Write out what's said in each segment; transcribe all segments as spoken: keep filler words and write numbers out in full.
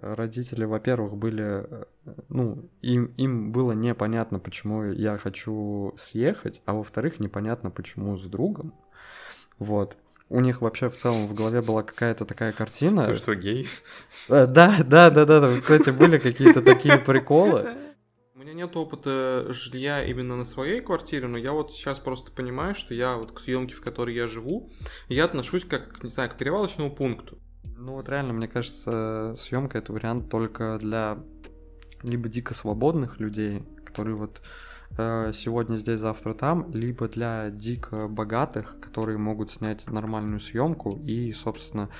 родители, во-первых, были, ну, им, им было непонятно, почему я хочу съехать, а во-вторых, непонятно, почему с другом. Вот. У них вообще в целом в голове была какая-то такая картина. Ты что, гей? Да, да, да, да, кстати, были какие-то такие приколы. У меня нет опыта жилья именно на своей квартире, но я вот сейчас просто понимаю, что я вот к съемке, в которой я живу, я отношусь как, не знаю, к перевалочному пункту. Ну вот реально, мне кажется, съемка это вариант только для либо дико свободных людей, которые вот э, сегодня здесь, завтра там, либо для дико богатых, которые могут снять нормальную съемку и, собственно,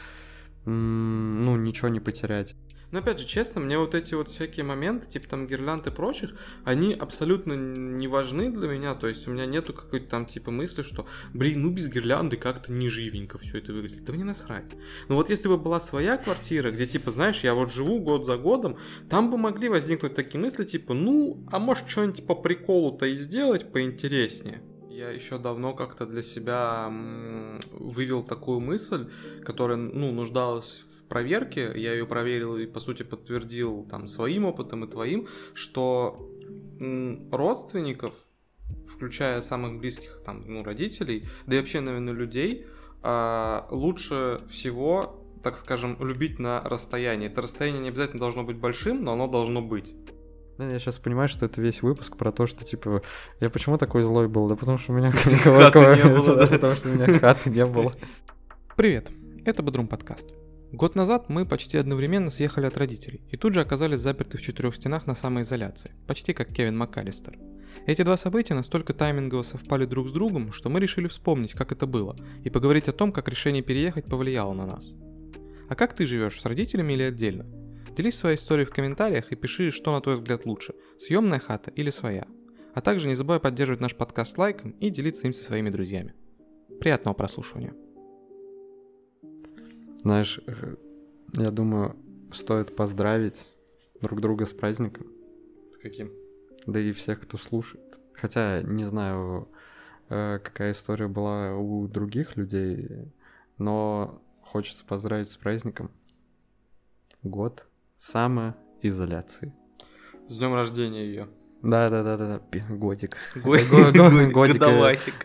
м- ну ничего не потерять. Но опять же, честно, мне вот эти вот всякие моменты, типа там гирлянд и прочих, они абсолютно не важны для меня. То есть у меня нету какой-то там типа мысли, что, блин, ну без гирлянды как-то не живенько все это выглядит. Да мне насрать. Но вот если бы была своя квартира, где типа, знаешь, я вот живу год за годом, там бы могли возникнуть такие мысли, типа, ну, а может что-нибудь по приколу-то и сделать поинтереснее. Я еще давно как-то для себя м- вывел такую мысль, которая, ну, нуждалась в проверке. Я ее проверил и, по сути, подтвердил там своим опытом и твоим, что м- родственников, включая самых близких там, ну, родителей, да и вообще, наверное, людей, а, лучше всего, так скажем, любить на расстоянии. Это расстояние не обязательно должно быть большим, но оно должно быть. Я сейчас понимаю, что это весь выпуск про то, что, типа, я почему такой злой был? Да потому что у меня хаты не было, да. Потому что у меня хаты не было. Привет, это Бодрум подкаст. Год назад мы почти одновременно съехали от родителей и тут же оказались заперты в четырех стенах на самоизоляции, почти как Кевин МакАлистер. Эти два события настолько таймингово совпали друг с другом, что мы решили вспомнить, как это было, и поговорить о том, как решение переехать повлияло на нас. А как ты живешь, с родителями или отдельно? Делись своей историей в комментариях и пиши, что на твой взгляд лучше, съемная хата или своя. А также не забывай поддерживать наш подкаст лайком и делиться им со своими друзьями. Приятного прослушивания. Знаешь, я думаю, стоит поздравить друг друга с праздником. С каким? Да и всех, кто слушает. Хотя не знаю, какая история была у других людей, но хочется поздравить с праздником. Год самоизоляции. С днем рождения ее. Да, да, да, да, да. Годик. Годик. Годовасик.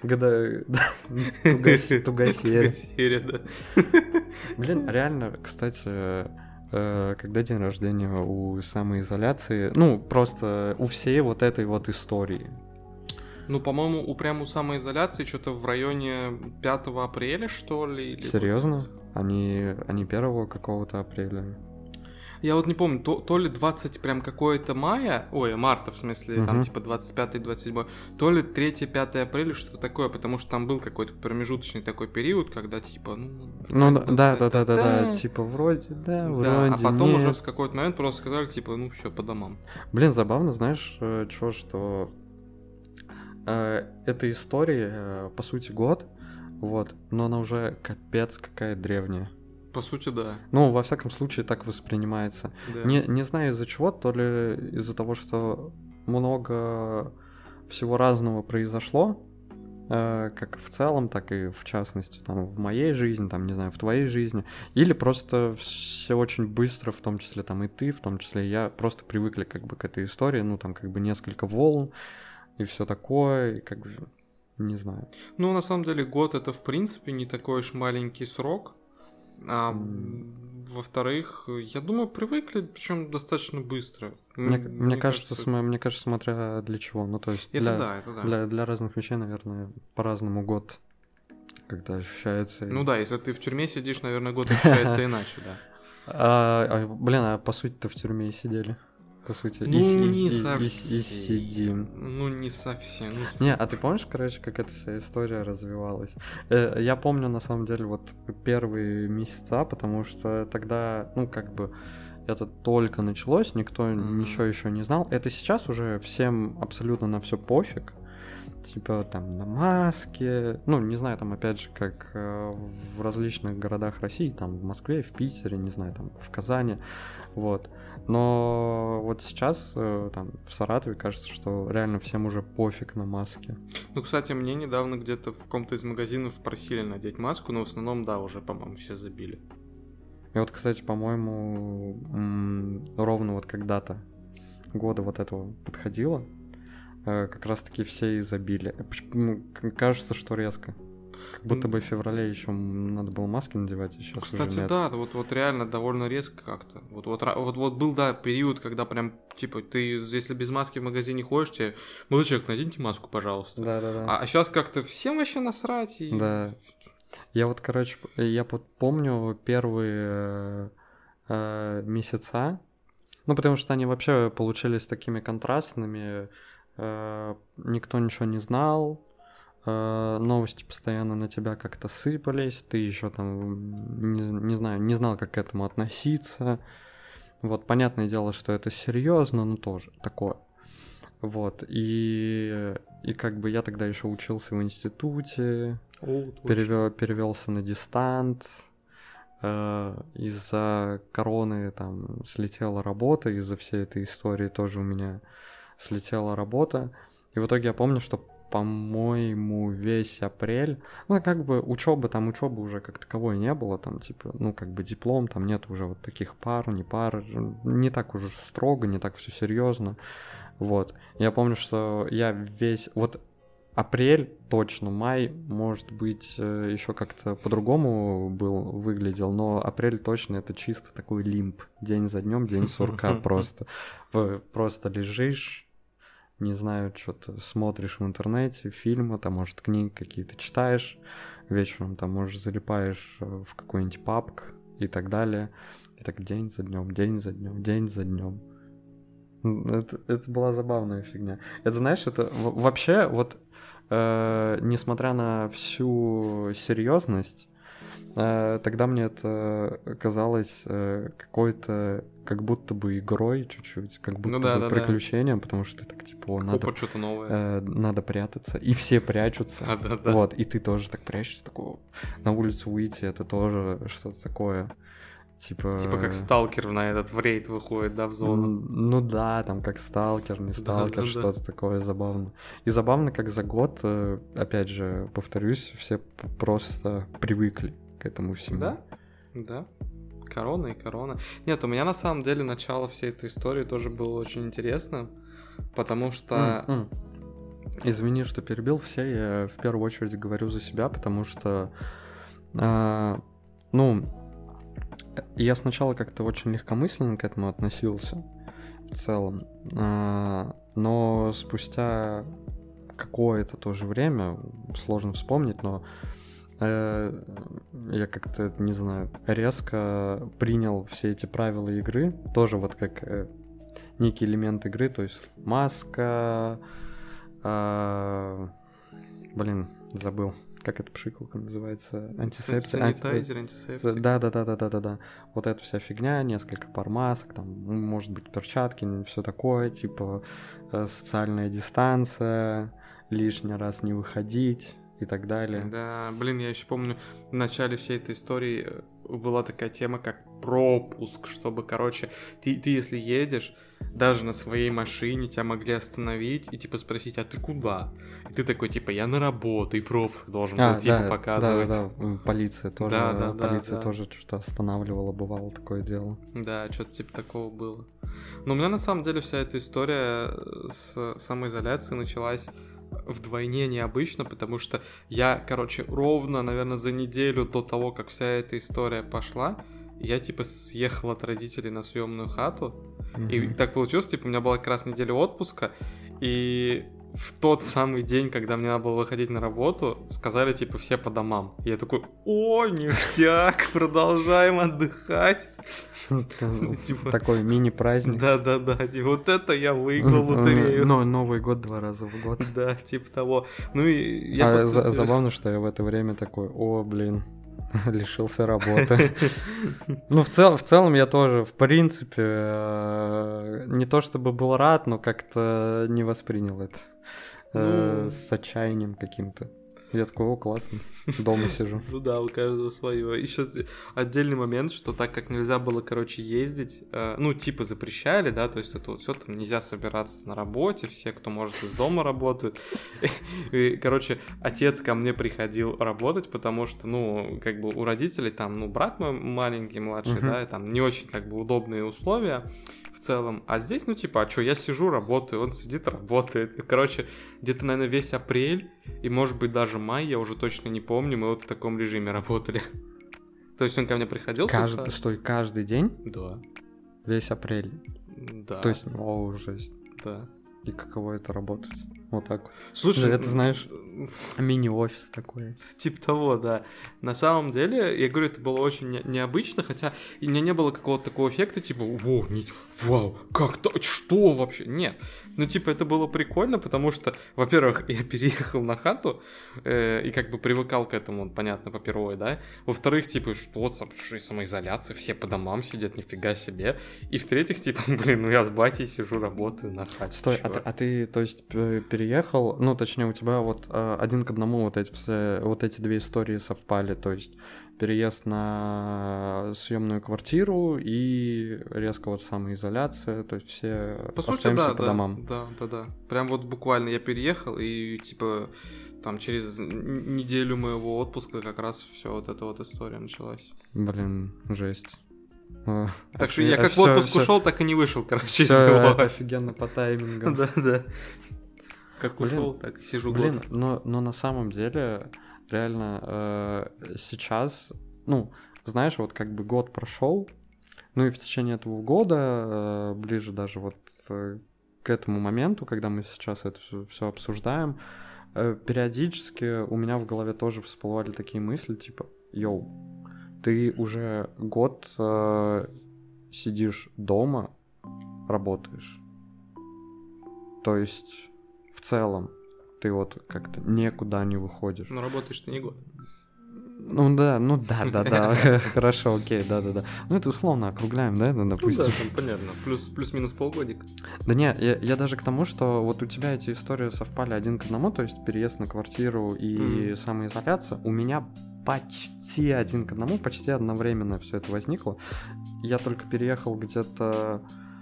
Тугосерия, да. Блин, реально, кстати, когда день рождения у самоизоляции, ну, просто у всей вот этой вот истории. Ну, по-моему, у прям у самоизоляции что-то в районе пятого апреля, что ли? Серьезно? Они, они первого какого-то апреля? Я вот не помню, то, то ли двадцать прям какое-то мая, ой, марта в смысле, uh-huh. там типа двадцать пятое двадцать седьмое, то ли третье-пятое апреля, что-то такое, потому что там был какой-то промежуточный такой период, когда типа, ну... Ну да, да, да, да, да, типа вроде, да, вроде Да, а потом нет. уже в какой-то момент просто сказали, типа, ну все, по домам. Блин, забавно, знаешь, что, что э, эта история, э, по сути, год, вот, но она уже капец какая древняя. По сути, да. Ну, во всяком случае, так воспринимается. Да. Не, не знаю из-за чего, то ли из-за того, что много всего разного произошло, э, как в целом, так и в частности, там, в моей жизни, там, не знаю, в твоей жизни, или просто все очень быстро, в том числе, там, и ты, в том числе, и я, просто привыкли, как бы, к этой истории, ну, там, как бы, несколько волн, и все такое, и, как бы, не знаю. Ну, на самом деле, год — это, в принципе, не такой уж маленький срок. А mm. во-вторых, я думаю, привыкли, причем достаточно быстро. Мне, мне, мне кажется, кажется... См, мне кажется, смотря для чего. Ну, то есть это для, да, это да. Для, для разных вещей, наверное, по-разному год как-то ощущается. Ну да, если ты в тюрьме сидишь, наверное, год ощущается иначе, да. А, блин, а по сути-то в тюрьме и сидели. По сути, ну, и, не и, совсем. И, и сидим. Ну, не совсем. Ну, не, а ты помнишь, короче, как эта вся история развивалась? Э, я помню, на самом деле, вот первые месяца, потому что тогда, ну, как бы, это только началось, никто mm-hmm. ничего еще не знал. Это сейчас уже всем абсолютно на все пофиг. Типа, там, на маске. Ну, не знаю, там, опять же, как э, в различных городах России, там, в Москве, в Питере, не знаю, там, в Казани, вот. Но вот сейчас, э, там, в Саратове, кажется, что реально всем уже пофиг на маски. Ну, кстати, мне недавно где-то в каком-то из магазинов просили надеть маску, но в основном, да, уже, по-моему, все забили. И вот, кстати, по-моему, ровно вот когда-то года вот этого подходило, э, как раз-таки все и забили. Ну, кажется, что резко. Как будто бы в феврале еще надо было маски надевать, а сейчас Кстати, уже нет. да, вот, вот реально довольно резко как-то. Вот, вот, вот, вот был, да, период, когда прям, типа, ты, если без маски в магазине ходишь, тебе, молодой человек, наденьте маску, пожалуйста. Да-да-да. А, а сейчас как-то всем вообще насрать. И... Да. Я вот, короче, я вот помню первые э, месяца, ну, потому что они вообще получились такими контрастными, э, никто ничего не знал, новости постоянно на тебя как-то сыпались, ты еще там, не, не знаю, не знал, как к этому относиться. Вот, понятное дело, что это серьезно, но тоже такое. Вот, и, и как бы я тогда еще учился в институте, О, перевел, перевелся на дистант, э, из-за короны там слетела работа, из-за всей этой истории тоже у меня слетела работа. И в итоге я помню, что по-моему, весь апрель, ну, как бы учеба, там учебы уже как таковой не было, там, типа, ну, как бы диплом, там нет уже вот таких пар, не пар, не так уже строго, не так все серьезно, вот. Я помню, что я весь, вот апрель точно, май, может быть, еще как-то по-другому был, выглядел, но апрель точно это чисто такой лимб, день за днем, день сурка просто, просто лежишь, не знаю, что-то смотришь в интернете, фильмы, там, может, книги какие-то читаешь, вечером там, может, залипаешь в какой-нибудь пабг и так далее. И так день за днем, день за днем, день за днем. Это, это была забавная фигня. Это, знаешь, это вообще, вот, э, несмотря на всю серьезность, э, тогда мне это казалось э, какой-то как будто бы игрой чуть-чуть, как будто ну, да, бы да, приключением, да. Потому что так, типа, о, надо, Опа, что-то новое. Э, надо прятаться, и все прячутся, да, да, да. Вот, и ты тоже так прячешься, такого, на улицу выйти, это тоже что-то такое, типа... Типа как сталкер на этот в рейд выходит, да, в зону. Ну да, там как сталкер, не сталкер, да, да, что-то да. такое забавно. И забавно, как за год, опять же, повторюсь, все просто привыкли к этому всему. Да, да. Корона и корона. Нет, у меня на самом деле начало всей этой истории тоже было очень интересно, потому что... Mm-hmm. Извини, что перебил, все, я в первую очередь говорю за себя, потому что, э, ну, я сначала как-то очень легкомысленно к этому относился в целом, э, но спустя какое-то тоже время, сложно вспомнить, но я как-то, не знаю, резко принял все эти правила игры, тоже вот как э, некий элемент игры, то есть маска, э, блин, забыл, как эта пшикалка называется, антисептик. Санитайзер, антисептик. Да-да-да-да-да-да, вот эта вся фигня, несколько пар масок, там, может быть, перчатки, все такое, типа э, социальная дистанция, лишний раз не выходить. И так далее. Да, блин, я еще помню, в начале всей этой истории была такая тема, как пропуск, чтобы, короче, ты, ты если едешь, даже на своей машине тебя могли остановить и, типа, спросить, а ты куда? И ты такой, типа, я на работу, и пропуск должен а, был, типа, да, показывать. Да, да, да, полиция тоже, да, да, полиция да, тоже да. что-то останавливала, бывало такое дело. Да, что-то типа такого было. Но у меня, на самом деле, вся эта история с самоизоляцией началась вдвойне необычно, потому что я, короче, ровно, наверное, за неделю до того, как вся эта история пошла, я, типа, съехал от родителей на съемную хату, mm-hmm. и так получилось, типа, у меня была как раз неделя отпуска, и в тот самый день, когда мне надо было выходить на работу, сказали, типа, все по домам. И я такой, о, ништяк, продолжаем отдыхать. Такой мини-праздник. Да-да-да, вот это я выиграл лотерею. Но Новый год два раза в год. Да, типа того. Ну и я забавно, что я в это время такой, о, блин, лишился работы. Ну, в, цел, в целом я тоже, в принципе, не то чтобы был рад, но как-то не воспринял это ну... с отчаянием каким-то. Я такой, о, классно, дома сижу. Ну да, у каждого свое. Еще отдельный момент, что так как нельзя было, короче, ездить, э, ну, типа запрещали, да, то есть это вот все там нельзя собираться на работе, все, кто может, из дома работают. И, короче, отец ко мне приходил работать, потому что, ну, как бы у родителей там, ну, брат мой маленький, младший, uh-huh. да, и там не очень, как бы, удобные условия целом. А здесь, ну, типа, а что, я сижу, работаю, он сидит, работает. И, короче, где-то, наверное, весь апрель и, может быть, даже май, я уже точно не помню, мы вот в таком режиме работали. То есть он ко мне приходил? Каждый, стой, каждый день? Да. Весь апрель? Да. То есть, о, жесть. Да. И каково это работать? Вот так. Слушай, это, знаешь, мини-офис такой. Типа того, да. На самом деле, я говорю, это было очень не- необычно, хотя и у меня не было какого-то такого эффекта, типа, во, не, вау, как то, что вообще? Нет. Ну, типа, это было прикольно, потому что, во-первых, я переехал на хату э, и как бы привыкал к этому, понятно, по первой, да. Во-вторых, типа, что, что самоизоляция, все по домам сидят, нифига себе. И в-третьих, типа, блин, ну я с батей сижу, работаю на хате. Стой, а ты, а ты, то есть, переехал, ну, точнее, у тебя вот один к одному вот эти все, вот эти две истории совпали, то есть переезд на съемную квартиру и резко вот самоизоляция, то есть все по сути, остаемся да, по да, домам. Да, да, да. Прям вот буквально я переехал, и типа там через неделю моего отпуска как раз все вот эта вот история началась. Блин, жесть. Так что я как в отпуск ушел, так и не вышел, короче, из него. Офигенно по таймингам. Да, да. Как ушел, так и сижу год. Блин, но, но на самом деле, реально, э, сейчас, ну, знаешь, вот как бы год прошел, ну и в течение этого года, э, ближе даже вот э, к этому моменту, когда мы сейчас это все обсуждаем, э, периодически у меня в голове тоже всплывали такие мысли, типа, йоу, ты уже год э, сидишь дома, работаешь. То есть в целом ты вот как-то никуда не выходишь. Но работаешь ты не год. Ну да, ну да, да, да, хорошо, окей, да, да, да. Ну это условно округляем, да, ну, допустим. Ну да, там понятно, плюс, плюс-минус полгодик. Да не, я, я даже к тому, что вот у тебя эти истории совпали один к одному, то есть переезд на квартиру и mm-hmm. самоизоляция, у меня почти один к одному, почти одновременно все это возникло. Я только переехал где-то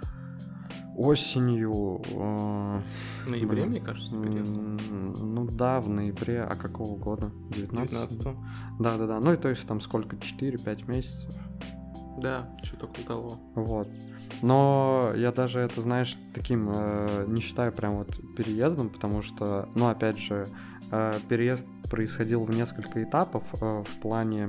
осенью. Э, в ноябре, мне кажется, переехал. Ну да, в ноябре. А какого года? девятнадцатого? Да-да-да. Ну и то есть там сколько? четыре-пять месяцев. Да, что-то около того. Вот. Но я даже это, знаешь, таким э, не считаю прям вот переездом, потому что, ну опять же, э, переезд происходил в несколько этапов э, в плане,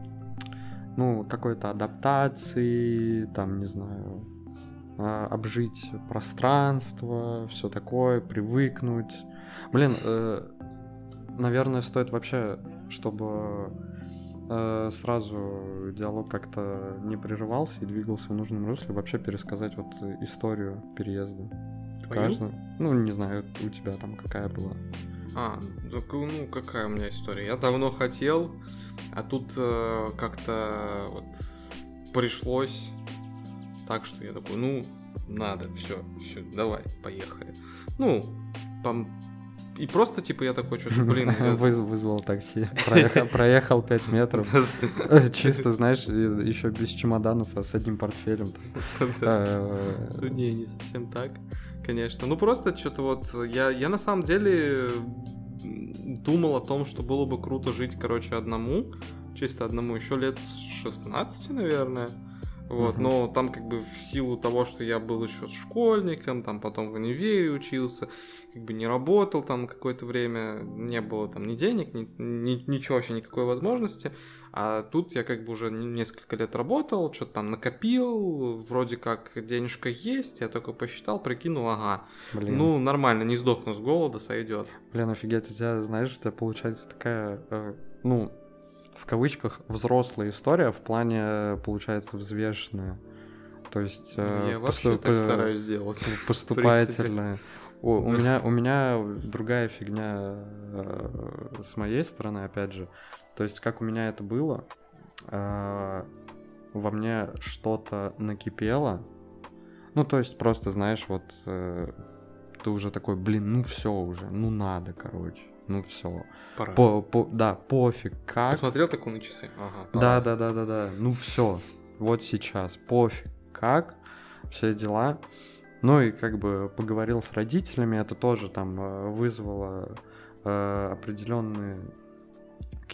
ну, какой-то адаптации, там, не знаю, обжить пространство, все такое, привыкнуть. Блин, э, наверное, стоит вообще, чтобы э, сразу диалог как-то не прерывался и двигался в нужном русле, вообще пересказать вот историю переезда. Каждый, ну, не знаю, у тебя там какая была. А, ну, какая у меня история? Я давно хотел, а тут э, как-то вот пришлось... Так что я такой, ну, надо, все, все, давай, поехали. Ну, пом... и просто, типа, я такой, что-то, блин... Вызвал такси, проехал пять метров, чисто, знаешь, еще без чемоданов, а с одним портфелем. Не, не совсем так, конечно. Ну, просто что-то вот, я, я на самом деле думал о том, что было бы круто жить, короче, одному, чисто одному, еще лет с шестнадцати, наверное. Вот, uh-huh. Но там как бы в силу того, что я был еще школьником, там потом в универе учился, как бы не работал там какое-то время, не было там ни денег, ни, ни, ничего вообще, никакой возможности, а тут я как бы уже несколько лет работал, что-то там накопил, вроде как денежка есть, я только посчитал, прикинул, ага, Блин. ну нормально, не сдохну с голода, сойдет. Блин, офигеть, у тебя, знаешь, у тебя получается такая, э, ну... в кавычках, взрослая история, в плане, получается, взвешенная. То есть... Я вообще поступ... так стараюсь сделать. Поступательная. У, у, меня, у меня другая фигня э, с моей стороны, опять же. То есть, как у меня это было, э, во мне что-то накипело. Ну, то есть, просто, знаешь, вот э, ты уже такой, блин, ну все уже, ну надо, короче. Ну все. Пора. По, по, да, пофиг как. Посмотрел такой на часы? Ага. Да, да, да, да, да. Ну все. Вот сейчас. Пофиг как. Все дела. Ну и как бы поговорил с родителями. Это тоже там вызвало э, определенные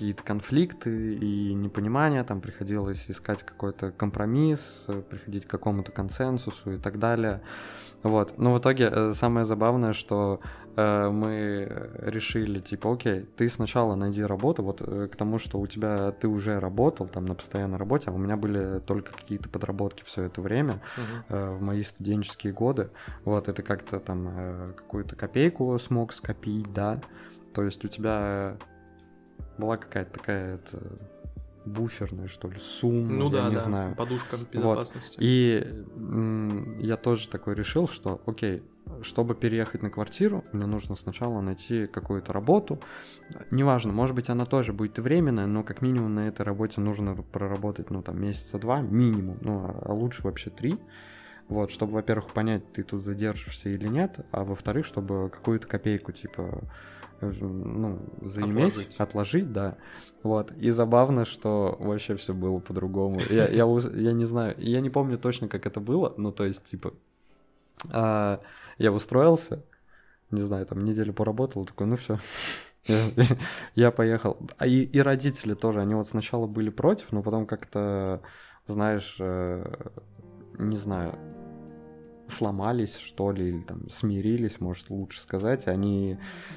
какие-то конфликты и непонимания, там приходилось искать какой-то компромисс, приходить к какому-то консенсусу и так далее. Вот. Но в итоге самое забавное, что э, мы решили, типа, окей, ты сначала найди работу, вот э, к тому, что у тебя ты уже работал там на постоянной работе, а у меня были только какие-то подработки все это время, uh-huh. э, в мои студенческие годы. Вот, это как-то там э, какую-то копейку смог скопить, да. То есть у тебя была какая-то такая это, буферная, что ли, сумма, ну, я да, не да. знаю. Подушка безопасности. Вот. И м- я тоже такой решил, что, окей, чтобы переехать на квартиру, мне нужно сначала найти какую-то работу. Неважно, может быть, она тоже будет временная, но как минимум на этой работе нужно проработать, ну, там, месяца два минимум, ну, а лучше вообще три. Вот, чтобы, во-первых, понять, ты тут задержишься или нет, а во-вторых, чтобы какую-то копейку, типа, ну, заиметь, отложить. отложить, да. Вот. И забавно, что вообще все было по-другому. Я, я, я не знаю, я не помню точно, как это было, ну, то есть, типа, а, я устроился, не знаю, там, неделю поработал, такой, ну, все, я, я поехал. А и, и родители тоже, они вот сначала были против, но потом как-то, знаешь, не знаю, сломались, что ли, или там смирились, может, лучше сказать. Они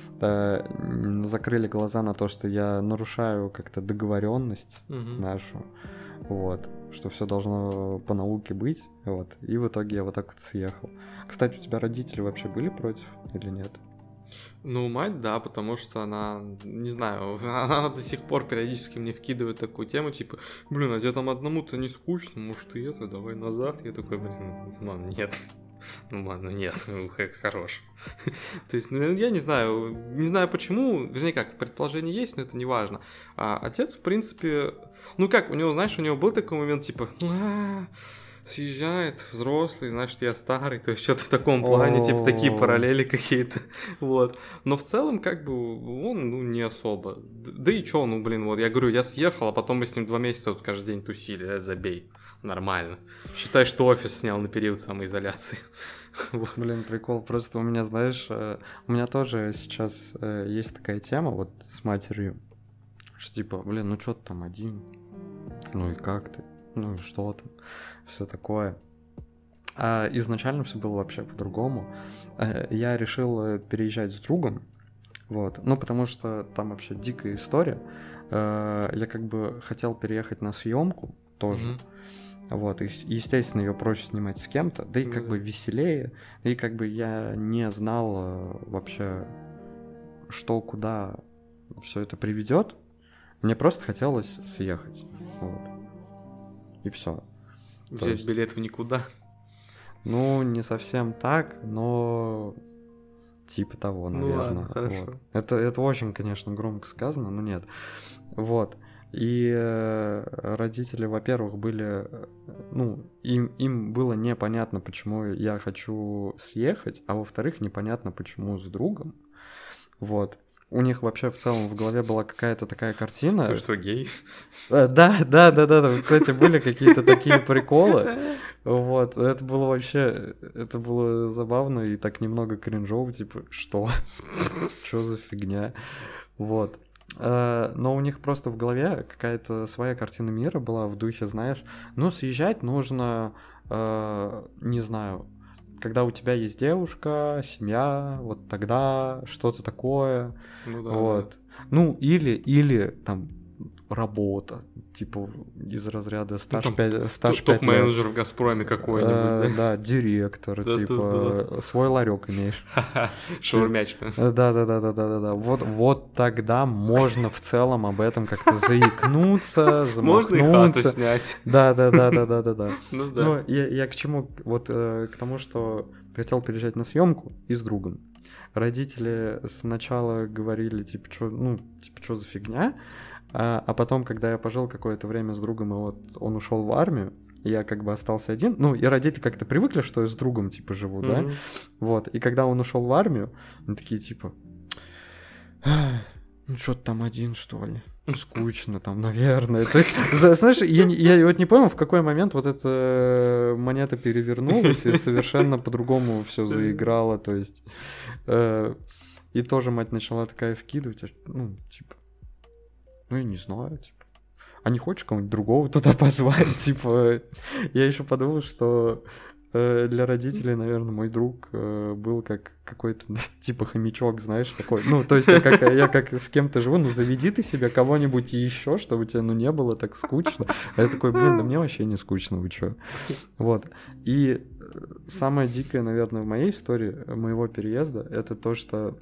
э, закрыли глаза на то, что я нарушаю как-то договоренность mm-hmm. нашу, вот, что все должно по науке быть, вот. И в итоге я вот так вот съехал. Кстати, у тебя родители вообще были против или нет? Ну, мать, да, потому что она, не знаю, она до сих пор периодически мне вкидывает такую тему, типа, блин, а тебе там одному-то не скучно, может, ты это, давай назад. Я такой, блин, мам, нет. Ну ладно, нет, как хорош. То есть, ну, я не знаю, не знаю почему, вернее как, предположение есть, но это не важно. А отец, в принципе, ну как, у него, знаешь, у него был такой момент, типа, съезжает взрослый, значит, я старый, то есть что-то в таком плане, типа такие параллели какие-то, вот. Но в целом, как бы, он, ну, не особо. Да и чё, ну, блин, вот, я говорю, я съехал, а потом мы с ним два месяца вот каждый день тусили, э, забей. Нормально. Считай, что офис снял на период самоизоляции. Вот. Блин, прикол. Просто у меня, знаешь, у меня тоже сейчас есть такая тема вот с матерью, что типа, блин, ну что ты там один? Ну и как ты? Ну и что там? Все такое. А изначально все было вообще по-другому. Я решил переезжать с другом, вот, ну потому что там вообще дикая история. Я как бы хотел переехать на съемку тоже. Mm-hmm. Вот, и, естественно, ее проще снимать с кем-то, да и как mm-hmm. бы веселее, и как бы я не знал вообще, что, куда все это приведет. Мне просто хотелось съехать, вот, и все. Взять есть, билет в никуда? Ну, не совсем так, но типа того, наверное. Ну ладно, хорошо. Вот. Это, это очень, конечно, громко сказано, но нет. Вот. И э, родители, во-первых, были, ну, им, им было непонятно, почему я хочу съехать, а во-вторых, непонятно, почему с другом. Вот. У них вообще в целом в голове была какая-то такая картина. Ты что, гей? Да, да, да, да, да. Кстати, были какие-то такие приколы. Вот. Это было вообще, это было забавно и так немного кринжово, типа, что? Что за фигня? Вот. Но у них просто в голове какая-то своя картина мира была в духе, знаешь, ну, съезжать нужно, не знаю, когда у тебя есть девушка, семья, вот тогда что-то такое, ну, да, вот. Да. Ну, или, или там работа, типа из разряда стаж, ну, пять, стаж топ- топ-менеджер в «Газпроме» какой-нибудь. А, да, директор, типа, свой ларек имеешь. Шаурмячка. Да-да-да-да-да-да. Вот, вот тогда можно в целом об этом как-то заикнуться, замахнуться. Можно и хату снять. Да-да-да-да-да-да. Ну да. Ну, я, я к чему? Вот к тому, что хотел переезжать на съемку и с другом. Родители сначала говорили, типа, что, ну, типа, что за фигня? А, а потом, когда я пожил какое-то время с другом, и вот он ушел в армию, я как бы остался один. Ну, и родители как-то привыкли, что я с другом, типа, живу, mm-hmm. да? Вот. И когда он ушел в армию, они такие, типа, ну, что ты там один, что ли? Скучно там, наверное. То есть, знаешь, я, я вот не понял, в какой момент вот эта монета перевернулась, и совершенно по-другому все заиграло. То есть, э, и тоже мать начала такая вкидывать, ну, типа, ну, я не знаю, типа, а не хочешь кого-нибудь другого туда позвать? Типа, я еще подумал, что для родителей, наверное, мой друг был как какой-то, типа, хомячок, знаешь, такой. Ну, то есть я как, я как с кем-то живу, ну, заведи ты себе кого-нибудь еще, чтобы тебе, ну, не было так скучно. А я такой, блин, да мне вообще не скучно, вы чё? Вот. И самое дикое, наверное, в моей истории, моего переезда, это то, что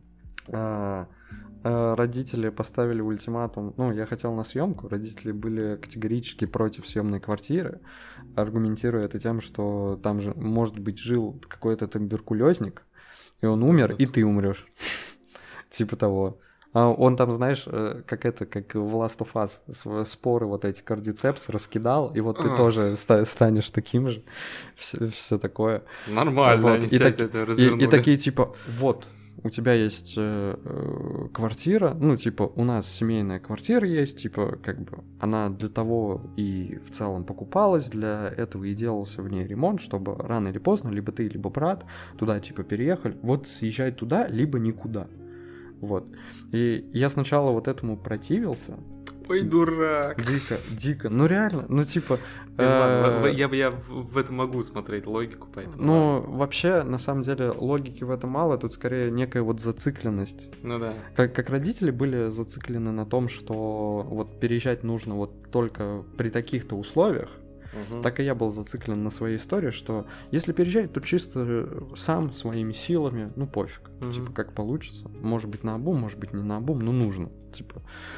а, а, родители поставили ультиматум. Ну, я хотел на съемку, родители были категорически против съемной квартиры, аргументируя это тем, что там же, может быть, жил какой-то туберкулезник, и он умер, и ты умрешь. Типа того. А он там, знаешь, как это, как в Last of Us, споры вот эти кардицепс раскидал, и вот ты а. тоже станешь таким же. Все, все такое. Нормально, вот. они и, так, это развернули. И, и такие типа, вот, у тебя есть э, э, квартира, ну, типа, у нас семейная квартира есть, типа, как бы, она для того и в целом покупалась, для этого и делался в ней ремонт, чтобы рано или поздно, либо ты, либо брат туда, типа, переехали, вот съезжай туда, либо никуда. Вот. И я сначала вот этому противился. Ой, дурак. Дико, дико. Ну реально, ну типа... Я, я в этом могу смотреть логику, поэтому... Ну, вообще, на самом деле, логики в этом мало, тут скорее некая вот зацикленность. Ну да. Как, как родители были зациклены на том, что вот переезжать нужно вот только при таких-то условиях, угу. Так и я был зациклен на своей истории, что если переезжать, то чисто сам, своими силами, ну пофиг, угу. Типа как получится. Может быть наобум, может быть не наобум, но нужно, типа...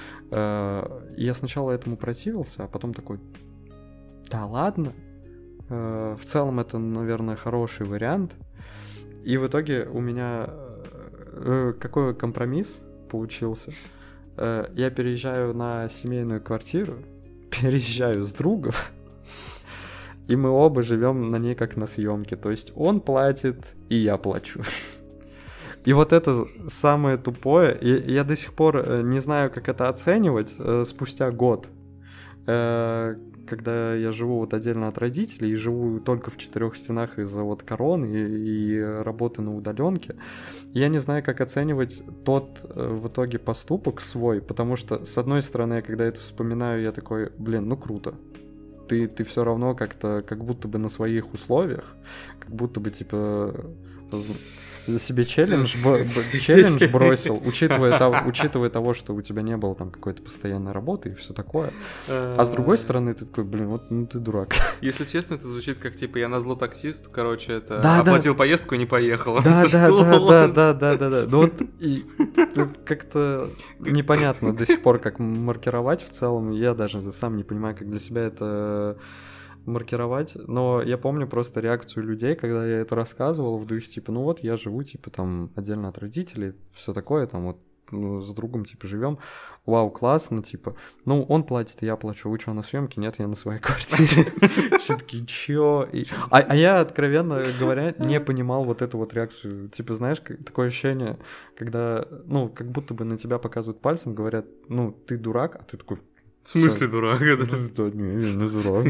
Я сначала этому противился, а потом такой, да ладно, в целом это, наверное, хороший вариант. И в итоге у меня какой компромисс получился. Я переезжаю на семейную квартиру, переезжаю с другом, и мы оба живем на ней как на съемке. То есть он платит, и я плачу. И вот это самое тупое, и я до сих пор не знаю, как это оценивать спустя год, когда я живу вот отдельно от родителей и живу только в четырех стенах из-за вот короны и, и работы на удаленке. Я не знаю, как оценивать тот в итоге поступок свой, потому что, с одной стороны, я когда это вспоминаю, я такой, блин, ну круто. Ты, ты все равно как-то, как будто бы на своих условиях, как будто бы, типа... за себе челлендж, б- челлендж бросил, учитывая того, учитывая того, что у тебя не было там какой-то постоянной работы и все такое. А с другой стороны, ты такой, блин, вот ну ты дурак. Если честно, это звучит как типа я назло таксист, короче, это да, оплатил да. поездку и не поехал. Да, да, да, да, да, да, да, да. Ну вот и как-то непонятно до сих пор, как маркировать в целом. Я даже сам не понимаю, как для себя это маркировать, но я помню просто реакцию людей, когда я это рассказывал в духе, типа, ну вот я живу, типа, там, отдельно от родителей, все такое, там, вот, ну, с другом, типа, живем, вау, классно, типа, ну, он платит, я плачу, вы что, на съемке? Нет, я на своей квартире. Все таки чё? А я, откровенно говоря, не понимал вот эту вот реакцию, типа, знаешь, такое ощущение, когда, ну, как будто бы на тебя показывают пальцем, говорят, ну, ты дурак, а ты такой... В смысле дурак? Да, не, я не дурак.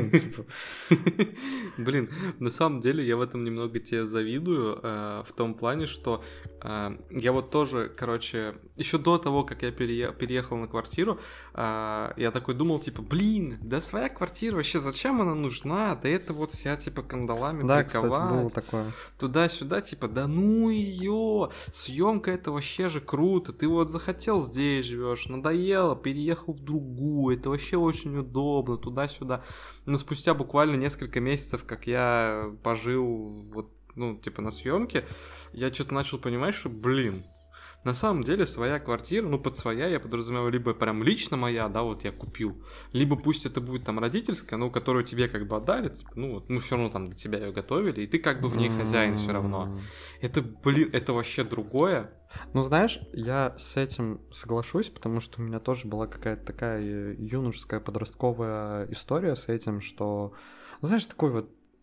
Блин, на самом деле я в этом немного тебе завидую, э, в том плане, что э, я вот тоже, короче, еще до того, как я перее- переехал на квартиру, э, я такой думал, типа, блин, да своя квартира, вообще зачем она нужна? Да это вот вся, типа, кандалами да, приковать. Кстати, было такое. Туда-сюда, типа, да ну ее, съемка это вообще же круто, ты вот захотел здесь живешь, надоело, переехал в другую, это вообще очень удобно, туда-сюда. Но спустя буквально несколько месяцев, как я пожил вот, ну, типа на съемке, я что-то начал понимать, что, блин, на самом деле своя квартира, ну, под своя я подразумеваю, либо прям лично моя, да, вот я купил, либо пусть это будет там родительская, ну, которую тебе как бы отдали, типа, ну, вот, ну, все равно там для тебя ее готовили, и ты как бы в ней хозяин все равно. Это, блин, это вообще другое. Ну, знаешь, я с этим соглашусь, потому что у меня тоже была какая-то такая юношеская, подростковая история с этим, что, знаешь, такой вот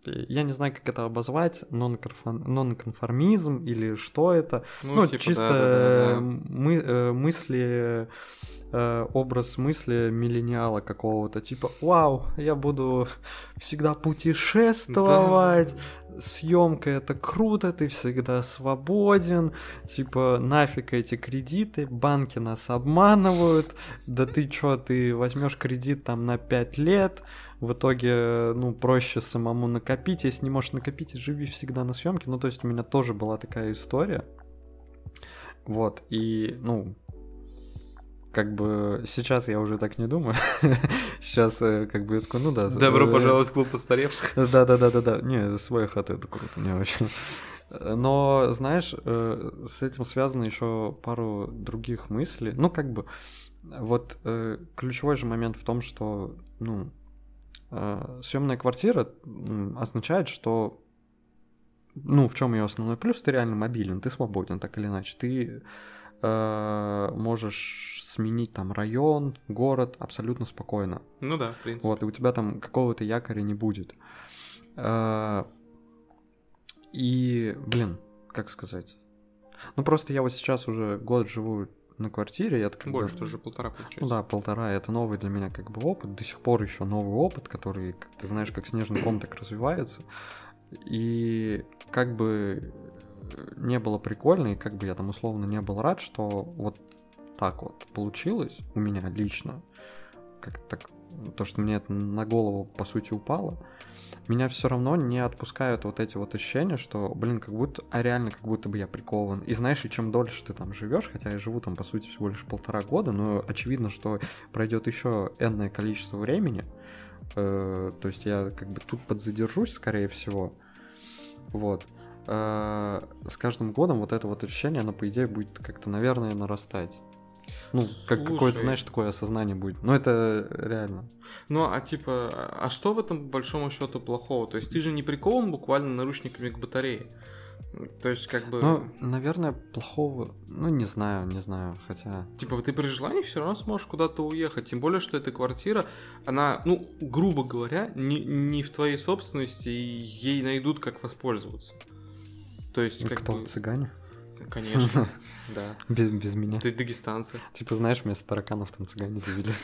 я не знаю, как это обозвать, нонконформ- нонконформизм или что это. Ну, Ну, типа, чисто да-да-да-да. мы, э, мысли, э, образ мысли миллениала какого-то. Типа, вау, я буду всегда путешествовать, съемка это круто, ты всегда свободен. Типа, нафиг эти кредиты, банки нас обманывают. Да ты чё, ты возьмешь кредит там на пять лет, в итоге, ну, проще самому накопить. Если не можешь накопить, живи всегда на съемке. Ну, то есть у меня тоже была такая история. Вот, и, ну, как бы сейчас я уже так не думаю. Сейчас э, как бы я такой, ну да. Добро э, пожаловать в клуб постаревших. Да-да-да-да-да. Не, своя хата это круто, мне очень. Но, знаешь, э, с этим связано еще пару других мыслей. Ну, как бы, вот э, ключевой же момент в том, что, ну, съемная квартира означает, что, ну, в чем ее основной плюс, ты реально мобилен, ты свободен, так или иначе. Ты э, можешь сменить там район, город абсолютно спокойно. Ну да, в принципе. Вот, и у тебя там какого-то якоря не будет. Э, и, блин, как сказать? Ну, просто я вот сейчас уже год живу на квартире, я как Больше, бы... тоже полтора получается. Ну да, полтора, это новый для меня как бы опыт, до сих пор еще новый опыт, который, как ты знаешь, как снежный ком так развивается, и как бы не было прикольно, и как бы я там условно не был рад, что вот так вот получилось у меня лично, как так, то, что мне это на голову по сути упало, меня все равно не отпускают вот эти вот ощущения, что, блин, как будто, а реально как будто бы я прикован. И знаешь, и чем дольше ты там живешь, хотя я живу там, по сути, всего лишь полтора года, но очевидно, что пройдет еще энное количество времени, э, то есть я как бы тут подзадержусь, скорее всего, вот. Э, с каждым годом вот это вот ощущение, оно, по идее, будет как-то, наверное, нарастать. Ну, как какое-то, знаешь, такое осознание будет. Ну, это реально. Ну, а типа, а что в этом, по большому счету, плохого? То есть ты же не прикован буквально наручниками к батарее. То есть, как бы... Ну, наверное, плохого... Ну, не знаю, не знаю, хотя... Типа, ты при желании все равно сможешь куда-то уехать. Тем более, что эта квартира, она, ну, грубо говоря, не, не в твоей собственности, и ей найдут, как воспользоваться. То есть, как Кто, бы... цыгане? Конечно, да. Без, без меня. Ты дагестанцы. Типа, знаешь, вместо тараканов там цыгане завелись.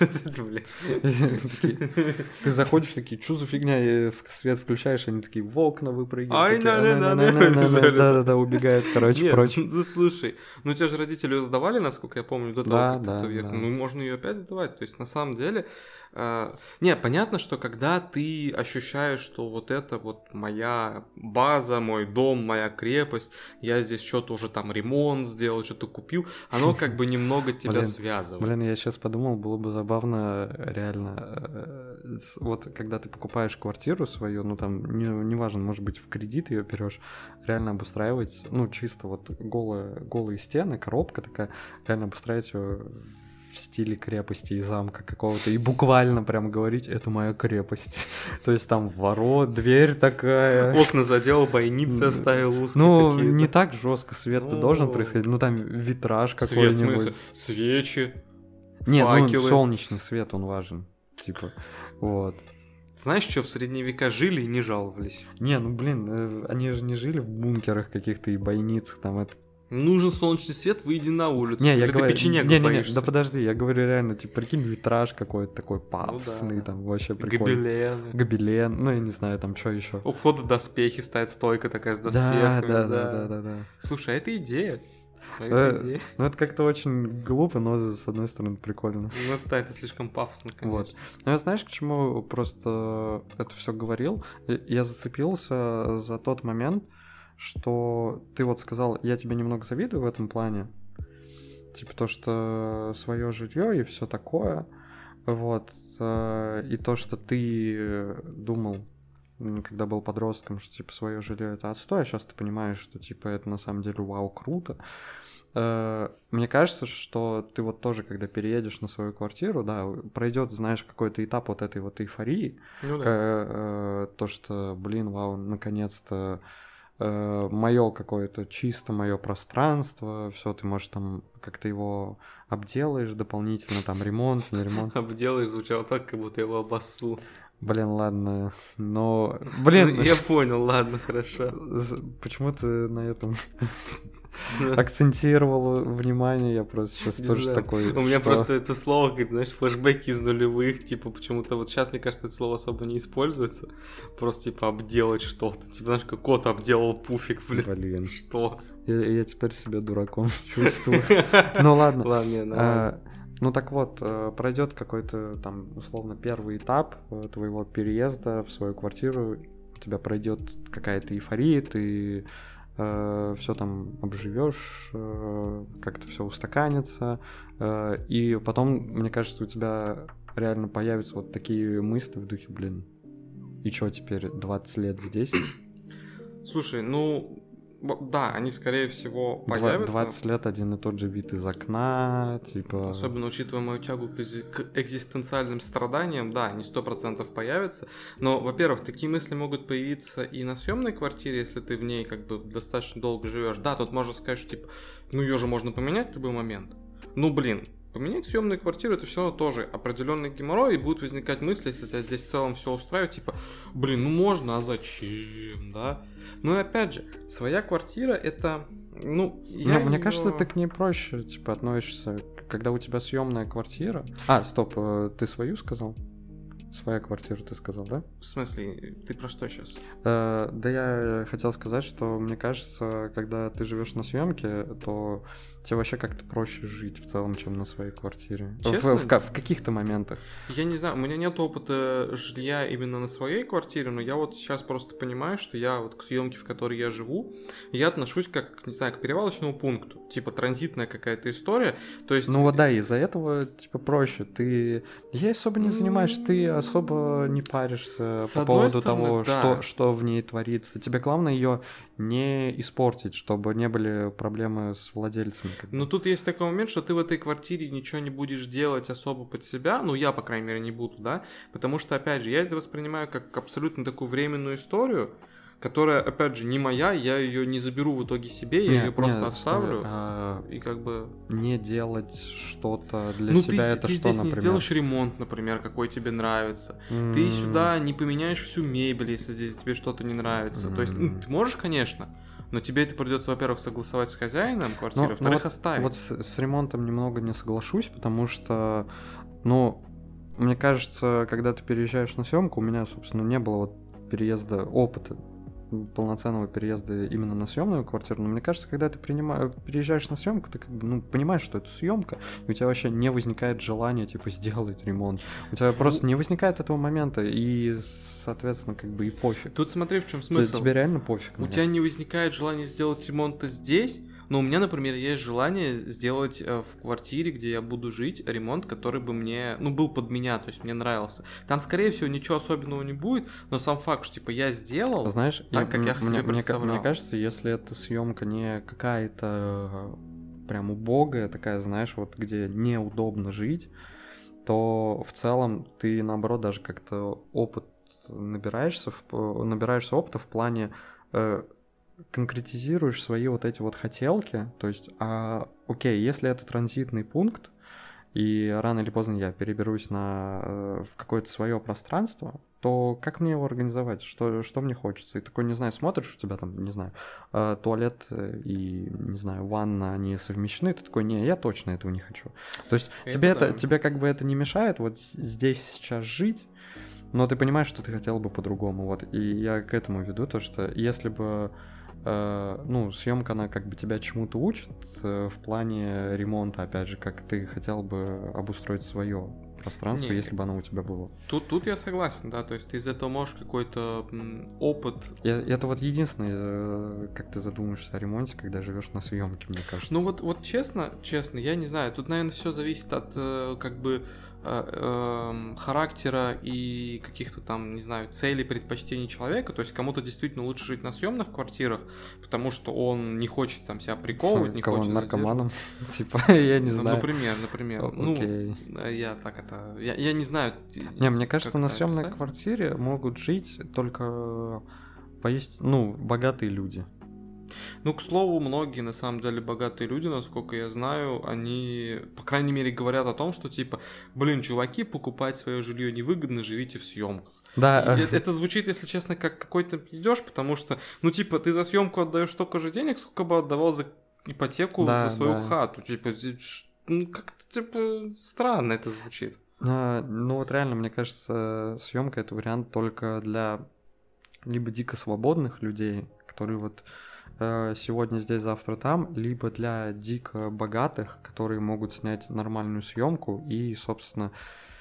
Бля. Ты заходишь, такие, что за фигня, и свет включаешь, они такие, в окна выпрыгивают. Ай, такие, на-на-на-на, Да-да-да, убегают, короче, Нет, прочь. ну слушай, ну тебя же родители ее сдавали, насколько я помню, до того, Да, как да, ты уехал. да. Ну, можно ее опять сдавать. То есть, на самом деле, э, не, понятно, что когда ты ощущаешь, что вот это вот моя база, мой дом, моя крепость, я здесь что-то уже там ремонт сделал, что-то купил, оно как бы немного тебя Блин, связывает. Блин, я сейчас подумал, было бы забавно реально, э, с- вот когда ты покупаешь квартиру свою, ну там, не, неважно, может быть, в кредит ее берешь, реально обустраивать, ну чисто вот голые, голые стены, коробка такая, реально обустраивать ее в стиле крепости и замка какого-то, и буквально прям говорить, это моя крепость. То есть там ворот, дверь такая. Окна заделал, бойницы оставил узкие Ну, такие. не так жестко свет-то Ну. должен происходить, ну там витраж Свет, в какой-нибудь. смысле, свечи. Нет, ну факелы. солнечный свет, он важен. Типа, вот. Знаешь, что в средние века жили и не жаловались? Не, ну блин, э, они же не жили в бункерах каких-то и бойницах, там это... Нужен солнечный свет, выйди на улицу. Не, я Или говорю... ты печенегов не, не, не, боишься? да подожди, я говорю реально, типа, прикинь, витраж какой-то такой пафосный, да. там вообще прикольный. Гобелены. Гобелен, ну я не знаю, там что еще. У входа доспехи стоит, стойка такая с Да, доспехами. да, да, да, да, да. Слушай, а это идея. А Э, Это идея. Ну это как-то очень глупо, но с одной стороны прикольно. Ну да, это слишком пафосно, конечно. Вот. Но я знаешь, к чему просто это все говорил? Я- Я зацепился за тот момент, что ты вот сказал, я тебе немного завидую в этом плане. Типа то, что свое жилье и все такое. Вот. э, И то, что ты думал, м, когда был подростком, что типа свое жилье это отстой, а сейчас ты понимаешь, что типа это на самом деле вау, круто. Э, Мне кажется, что ты вот тоже, когда переедешь на свою квартиру, да, пройдет, знаешь, какой-то этап вот этой вот эйфории, Ну да. Ка- э, то, что, блин, вау, наконец-то мое какое-то чисто мое пространство, все, ты можешь там как-то его обделаешь дополнительно, там ремонт, не ремонт. Обделаешь, звучало так, как будто я его обоссу. Блин, ладно, но... Блин, Я понял, ладно, хорошо. почему ты на этом акцентировал внимание? Я просто сейчас Не тоже знаю. такой... У меня что- просто это слово, как, знаешь, флешбеки из нулевых, типа, почему-то вот сейчас, мне кажется, это слово особо не используется. Просто, типа, обделать что-то. Типа, знаешь, как кот обделал пуфик, блин. Блин, Что? я, я теперь себя дураком чувствую. Ну ладно. Ладно, не, ну ладно. А, Ну так вот, э, пройдет какой-то там, условно, первый этап э, твоего переезда в свою квартиру, у тебя пройдет какая-то эйфория, ты все там обживешь, э, как-то все устаканится, э, и потом, мне кажется, у тебя реально появятся вот такие мысли в духе, блин, и что теперь, двадцать лет здесь? Слушай, ну, б- да, они, скорее всего, Два- появятся. двадцать лет один и тот же вид из окна, типа... Особенно учитывая мою тягу к, эзи- к экзистенциальным страданиям, да, они сто процентов появятся. Но, во-первых, такие мысли могут появиться и на съемной квартире, если ты в ней как бы достаточно долго живешь. Да, тут можно сказать, что типа, ну ее же можно поменять в любой момент. Ну, блин, поменять съемную квартиру это все равно тоже определенный геморрой, и будут возникать мысли, если тебя здесь в целом все устраивает, типа, блин, ну можно, а зачем, да? Ну и опять же, своя квартира это, ну, я Ну, мне её- кажется, ты к ней проще, типа, относишься, когда у тебя съемная квартира. А, стоп, э, ты свою сказал? Своя квартира, ты сказал, да? В смысле, ты про что сейчас? Э, да я хотел сказать, что мне кажется, когда ты живешь на съемке, то тебе вообще как-то проще жить в целом, чем на своей квартире. В- Честно? В, ка- в каких-то моментах. Я не знаю, у меня нет опыта жилья именно на своей квартире, но я вот сейчас просто понимаю, что я вот к съемке, в которой я живу, я отношусь как, не знаю, к перевалочному пункту, типа транзитная какая-то история, то есть... Ну вот да, из-за этого, типа, проще. Ты ей особо не занимаешься, ты особо не паришься С по одной поводу стороны, того, да. что, что в ней творится. Тебе главное ее не испортить, чтобы не были проблемы с владельцем. как бы. Но тут есть такой момент, что ты в этой квартире ничего не будешь делать особо под себя, ну я, по крайней мере, не буду, да, потому что, опять же, я это воспринимаю как абсолютно такую временную историю, которая, опять же, не моя, я ее не заберу в итоге себе, я Не, ее просто не, оставлю, стой, а, и как бы... не делать что-то для ну, себя, ты, это ты что, здесь например? не сделаешь ремонт, например, какой тебе нравится. Ты М, сюда не поменяешь всю мебель, если здесь тебе что-то не нравится. То есть, ну, М. ты можешь, конечно, но тебе это придется, во-первых, согласовать с хозяином квартиры, Ну, во-вторых, ну оставить. Вот с, с ремонтом немного не соглашусь, потому что, ну, мне кажется, когда ты переезжаешь на съемку, у меня, собственно, не было вот переезда, опыта полноценного переезда именно на съемную квартиру, но мне кажется, когда ты принима... переезжаешь на съемку, ты как бы, ну, понимаешь, что это съемка, и у тебя вообще не возникает желания, типа, сделать ремонт. У тебя Фу. просто не возникает этого момента, и, соответственно, как бы и пофиг. Тут смотри, в чем Те- смысл. Тебе реально пофиг. У на тебя это. не возникает желания сделать ремонт здесь, но у меня, например, есть желание сделать э, в квартире, где я буду жить, ремонт, который бы мне, ну, был под меня, то есть мне нравился. Там, скорее всего, ничего особенного не будет, но сам факт, что, типа, я сделал, Знаешь, так, как я себе мне, мне, ка- представлял. мне кажется, если эта съемка не какая-то э, прям убогая, такая, знаешь, вот где неудобно жить, то в целом ты, наоборот, даже как-то опыт набираешься, в- набираешься опыта в плане э, конкретизируешь свои вот эти вот хотелки, то есть, а, окей, если это транзитный пункт, и рано или поздно я переберусь на, э, в какое-то свое пространство, то как мне его организовать? Что, что мне хочется? И такой, не знаю, смотришь, у тебя там, не знаю, э, туалет э, и, не знаю, ванна, они совмещены, ты такой, не, я точно этого не хочу. То есть Это тебе, это, да. тебе как бы это не мешает вот с- здесь сейчас жить, но ты понимаешь, что ты хотел бы по-другому, вот. И я к этому веду, то что если бы э, ну, съемка, она как бы тебя чему-то учит э, в плане ремонта, опять же, как ты хотел бы обустроить свое пространство, Не, если бы оно у тебя было. Тут, тут я согласен, да, то есть ты из этого можешь какой-то м, опыт. И это вот единственное, э, как ты задумаешься о ремонте, когда живешь на съемке, мне кажется. Ну вот, вот честно, честно, я не знаю, тут, наверное, все зависит от э, как бы э, эм, характера и каких-то там, не знаю, целей, предпочтений человека. То есть кому-то действительно лучше жить на съемных квартирах, потому что он не хочет там себя приковывать, не Кого, хочет наркоманом? Типа, я не задерживать. Ну, знаю. Например, например. О- Ну, окей. э, я так это... Я, я не знаю. Не, мне кажется, как на это съемной описать. квартире могут жить только поесть, ну, богатые люди. Ну, к слову, многие, на самом деле, богатые люди, насколько я знаю, они, по крайней мере, говорят о том, что, типа, блин, чуваки, покупать свое жилье невыгодно, живите в съемках. Да. И это звучит, если честно, как какой-то идешь, потому что, ну, типа, ты за съемку отдаешь столько же денег, сколько бы отдавал за ипотеку Да, за свою да. хату. Типа, ну, как-то, типа, странно это звучит. А, ну, вот реально, мне кажется, съемка это вариант только для либо дико свободных людей, которые вот э, сегодня здесь, завтра там, либо для дико богатых, которые могут снять нормальную съемку и, собственно,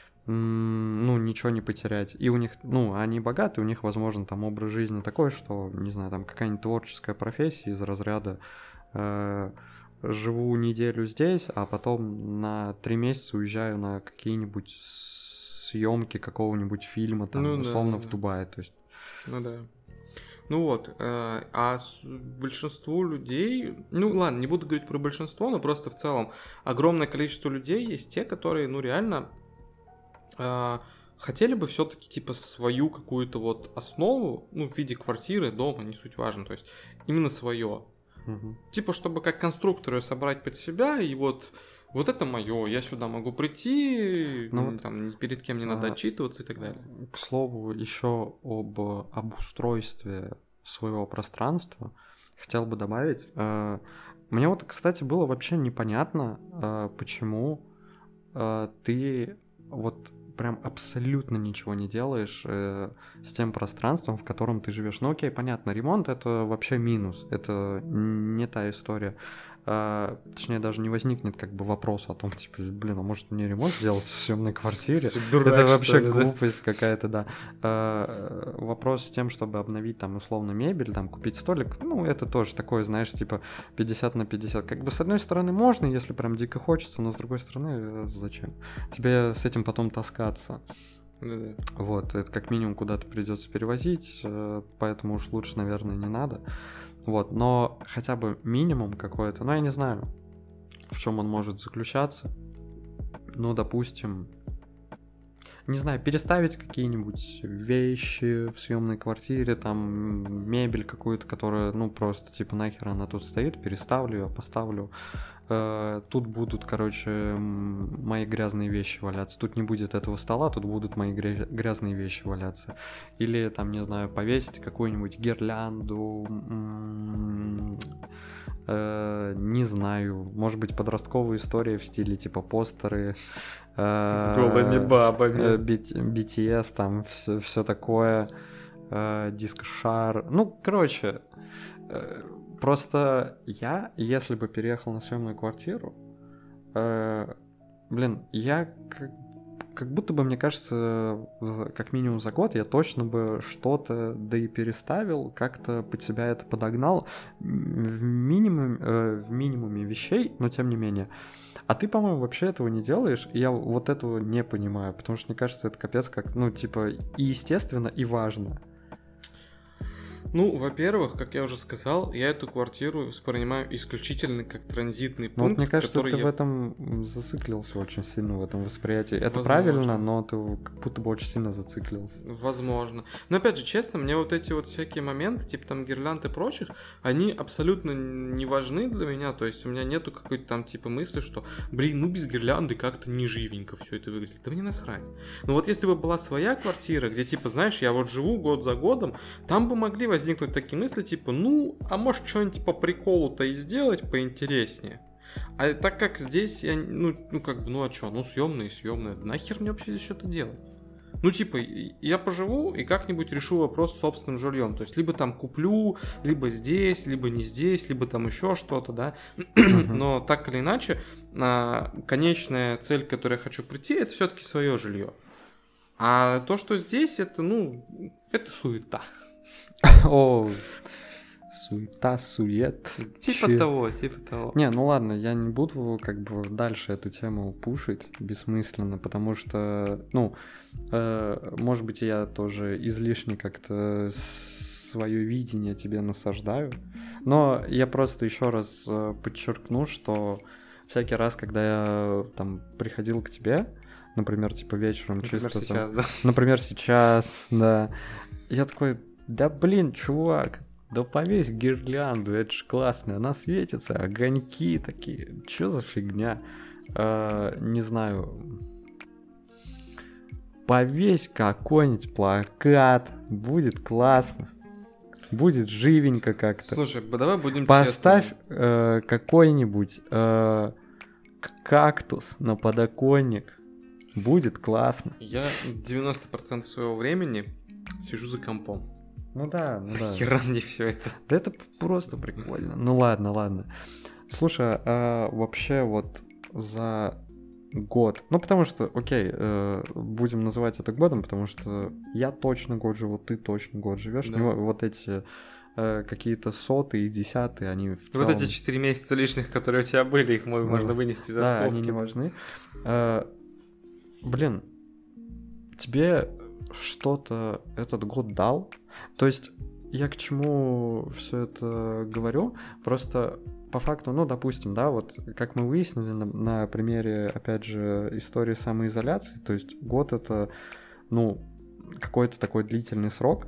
м- ну, ничего не потерять. И у них, ну, они богатые, у них, возможно, там образ жизни такой, что, не знаю, там какая-нибудь творческая профессия из разряда э, живу неделю здесь, а потом на три месяца уезжаю на какие-нибудь съемки какого-нибудь фильма, там, Ну, условно, да, в да. Дубае, то есть. Ну да. Ну вот, э, а с- большинству людей, ну ладно, не буду говорить про большинство, но просто в целом огромное количество людей есть те, которые, ну реально э, хотели бы все-таки типа свою какую-то вот основу, ну в виде квартиры, дома, не суть важно, то есть именно свое. Мгм. Типа, чтобы как конструктор ее собрать под себя, и вот, вот это мое, я сюда могу прийти, Ну м, вот, там, ни перед кем не надо а, отчитываться и так далее. К слову, еще об обустройстве своего пространства хотел бы добавить. э, Мне вот, кстати, было вообще непонятно, э, почему э, ты вот прям абсолютно ничего не делаешь э, с тем пространством, в котором ты живешь. Ну окей, понятно, ремонт это вообще минус, это не та история. А, точнее, даже не возникнет как бы вопроса о том, типа, блин, а может мне ремонт сделать в съемной квартире? Это вообще глупость какая-то, да. А, вопрос с тем, чтобы обновить там условно мебель, там купить столик, ну это тоже такое, знаешь, типа пятьдесят на пятьдесят. Как бы с одной стороны можно, если прям дико хочется, но с другой стороны зачем? Тебе с этим потом таскаться. Да-да. Вот, это как минимум куда-то придется перевозить, э, поэтому уж лучше, наверное, не надо. Вот, но хотя бы минимум какой-то, ну я не знаю, в чем он может заключаться. Ну, допустим, не знаю, переставить какие-нибудь вещи в съемной квартире, там мебель какую-то, которая, ну, просто типа нахер она тут стоит, переставлю ее, поставлю. Э, Тут будут, короче, м, мои грязные вещи валяться. Тут не будет этого стола, тут будут мои гря- грязные вещи валяться. Или там, не знаю, повесить какую-нибудь гирлянду. м, э, Не знаю, может быть, подростковые истории в стиле типа постеры. э, С голыми э, бабами. би ти эс, там все такое. э, Диск-шар. Ну, короче, э, просто я, если бы переехал на съемную квартиру, э, блин, я как, как будто бы, мне кажется, за- как минимум за год я точно бы что-то да и переставил, как-то под себя это подогнал м, в минимум, э, в минимуме вещей, но тем не менее. А ты, по-моему, вообще этого не делаешь, и я вот этого не понимаю, потому что мне кажется, это капец как, ну, типа, и естественно, и важно. Ну, во-первых, как я уже сказал, я эту квартиру воспринимаю исключительно как транзитный Ну, пункт, вот мне кажется, который ты я... в этом зациклился очень сильно, в этом восприятии. Это Возможно. правильно, но ты как будто бы очень сильно зациклился. Возможно. Но опять же, честно, мне вот эти вот всякие моменты, типа там гирлянд и прочих, они абсолютно не важны для меня. То есть у меня нету какой-то там типа мысли, что, блин, ну без гирлянды как-то не живенько все это выглядит. Да мне насрать. Но вот если бы была своя квартира, где типа, знаешь, я вот живу год за годом, там бы могли возникнуть такие мысли, типа, ну, а может что-нибудь по приколу-то и сделать поинтереснее. А так как здесь я, ну, ну как бы, ну а что, ну съемные, съемные, нахер мне вообще здесь что-то делать? Ну, типа, я поживу и как-нибудь решу вопрос с собственным жильем. То есть, либо там куплю, либо здесь, либо не здесь, либо там еще что-то, да. Но так или иначе, конечная цель, к которой я хочу прийти, это все-таки свое жилье. А то, что здесь, это, ну, это суета. О, суета, сует. Типа Че- того, типа того. Не, ну ладно, я не буду как бы дальше эту тему пушить бессмысленно, потому что, ну, э, может быть, я тоже излишне как-то свое видение тебе насаждаю, но я просто еще раз э, подчеркну, что всякий раз, когда я там приходил к тебе, например, типа вечером, Например, чисто сейчас, там, да. например, сейчас, да, я такой, да блин, чувак, да повесь гирлянду, это ж классно, она светится, огоньки такие, чё за фигня? А, не знаю. повесь какой-нибудь плакат, будет классно. Будет живенько как-то. Слушай, давай будем Поставь честными. э, какой-нибудь э, кактус на подоконник. Будет классно. Я девяносто процентов своего времени сижу за компом. Ну да, ну да. Хера мне все это. Да это просто прикольно. Ну ладно, ладно. Слушай, а вообще вот за год, ну потому что, окей, э, будем называть это годом, потому что я точно год живу, ты точно год живешь. Да. Не, вот эти э, какие-то сотые и десятые, они в целом... Вот эти четыре месяца лишних, которые у тебя были, их Ну, можно вынести за да, скобки. они не важны. Э, блин, тебе что-то этот год дал? То есть я к чему все это говорю? Просто по факту, ну, допустим, да, вот как мы выяснили на, на примере, опять же, истории самоизоляции, то есть год — это, ну, какой-то такой длительный срок,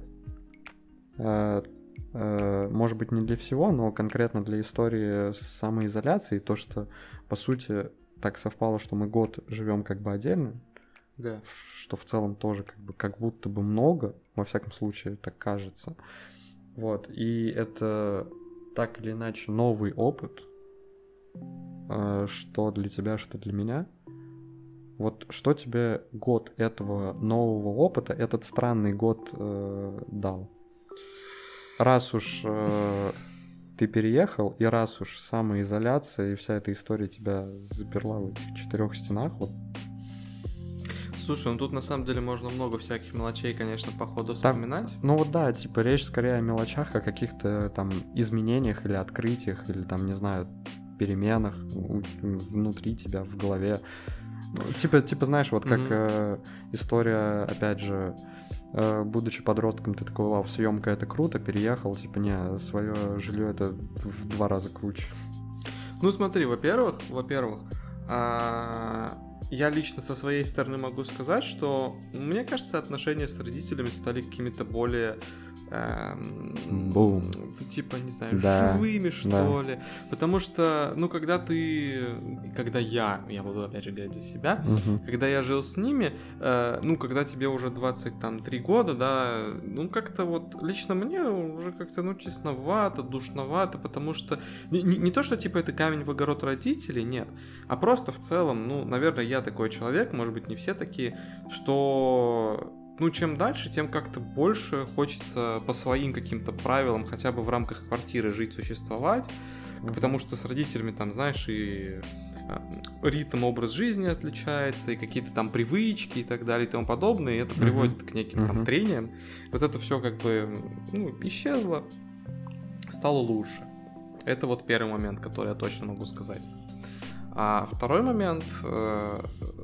э, э, может быть, не для всего, но конкретно для истории самоизоляции, то, что, по сути, так совпало, что мы год живем как бы отдельно, Да. что в целом тоже как бы как будто бы много, во всяком случае, так кажется. Вот, и это так или иначе новый опыт, э, что для тебя, что для меня. Вот что тебе год этого нового опыта, этот странный год э, дал? Раз уж э, ты переехал, и раз уж самоизоляция и вся эта история тебя заперла в этих четырех стенах, вот. Слушай, ну тут на самом деле можно много всяких мелочей, конечно, по ходу вспоминать. Ну вот да, типа речь скорее о мелочах, о каких-то там изменениях или открытиях, или там, не знаю, переменах внутри тебя, в голове. Ну, типа, типа, знаешь, вот как mm-hmm. э, история, опять же, э, будучи подростком, ты такой, вау, съемка это круто, переехал, типа, не, свое жилье это в два раза круче. Ну смотри, во-первых, во-первых, а... я лично со своей стороны могу сказать, что, мне кажется, отношения с родителями стали какими-то более, эм, Бум. типа, не знаю, Да. живыми, что Да. ли. Потому что, ну, когда ты, когда я, я буду опять же говорить за себя, Угу. когда я жил с ними, э, ну, когда тебе уже двадцать три года, да, ну, как-то вот лично мне уже как-то, ну, тесновато, душновато, потому что не, не, не то, что, типа, это камень в огород родителей, нет, а просто в целом, ну, наверное, я такой человек, может быть, не все такие, что, ну, чем дальше, тем как-то больше хочется по своим каким-то правилам, хотя бы в рамках квартиры жить, существовать, mm-hmm. потому что с родителями, там, знаешь, и ритм, образ жизни отличается, и какие-то там привычки и так далее и тому подобное, и это mm-hmm. приводит к неким mm-hmm. там трениям. Вот это все как бы, ну, исчезло, стало лучше. Это вот первый момент, который я точно могу сказать. А второй момент, э,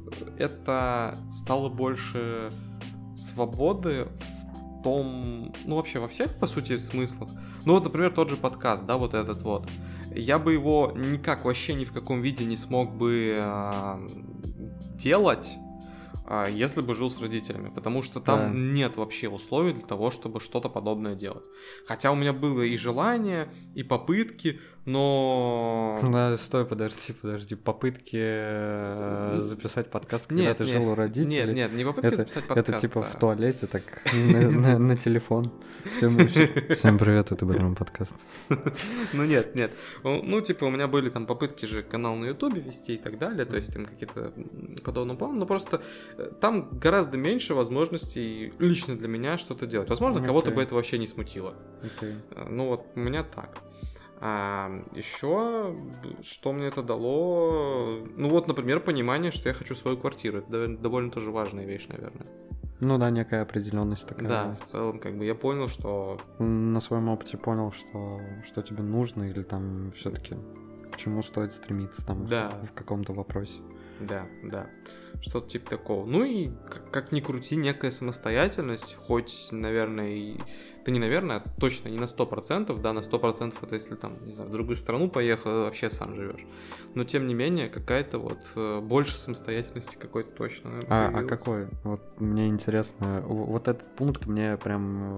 это стало больше свободы в том, ну вообще во всех, по сути, смыслах. Ну вот, например, тот же подкаст, да, вот этот вот. Я бы его никак вообще ни в каком виде не смог бы э, делать, э, если бы жил с родителями, потому что там Да. нет вообще условий для того, чтобы что-то подобное делать. Хотя у меня было и желание, и попытки, но... Да, стой, подожди, подожди. Попытки э, записать подкаст, когда Нет, ты нет, жил у родителей. Нет, нет, не попытки это, записать подкаст. это типа да. в туалете, так на, на- на телефон. Всем, всем привет, это Бодрум подкаст. Ну нет, нет. Ну, типа, у меня были там попытки же канал на Ютубе вести и так далее, то есть там какие-то подобные планы, но просто там гораздо меньше возможностей лично для меня что-то делать. Возможно, Окей. кого-то бы это вообще не смутило. Окей. Ну вот, у меня так. А еще, что мне это дало? Ну вот, например, понимание, что я хочу свою квартиру. Это довольно тоже важная вещь, наверное. Ну да, некая определенность такая. Да, в целом, как бы я понял, что... На своем опыте понял, что, что тебе нужно, или там все-таки к чему стоит стремиться там Да. в, в каком-то вопросе. Да, да. Что-то типа такого. Ну и, как, как ни крути, некая самостоятельность, хоть, наверное, и... Да не наверное, а точно не на сто процентов, да, на сто процентов это если там, не знаю, в другую страну поехал, вообще сам живешь. Но, тем не менее, какая-то вот э, больше самостоятельности какой-то точно. А, а появилась. какой? Вот мне интересно, в- вот этот пункт мне прям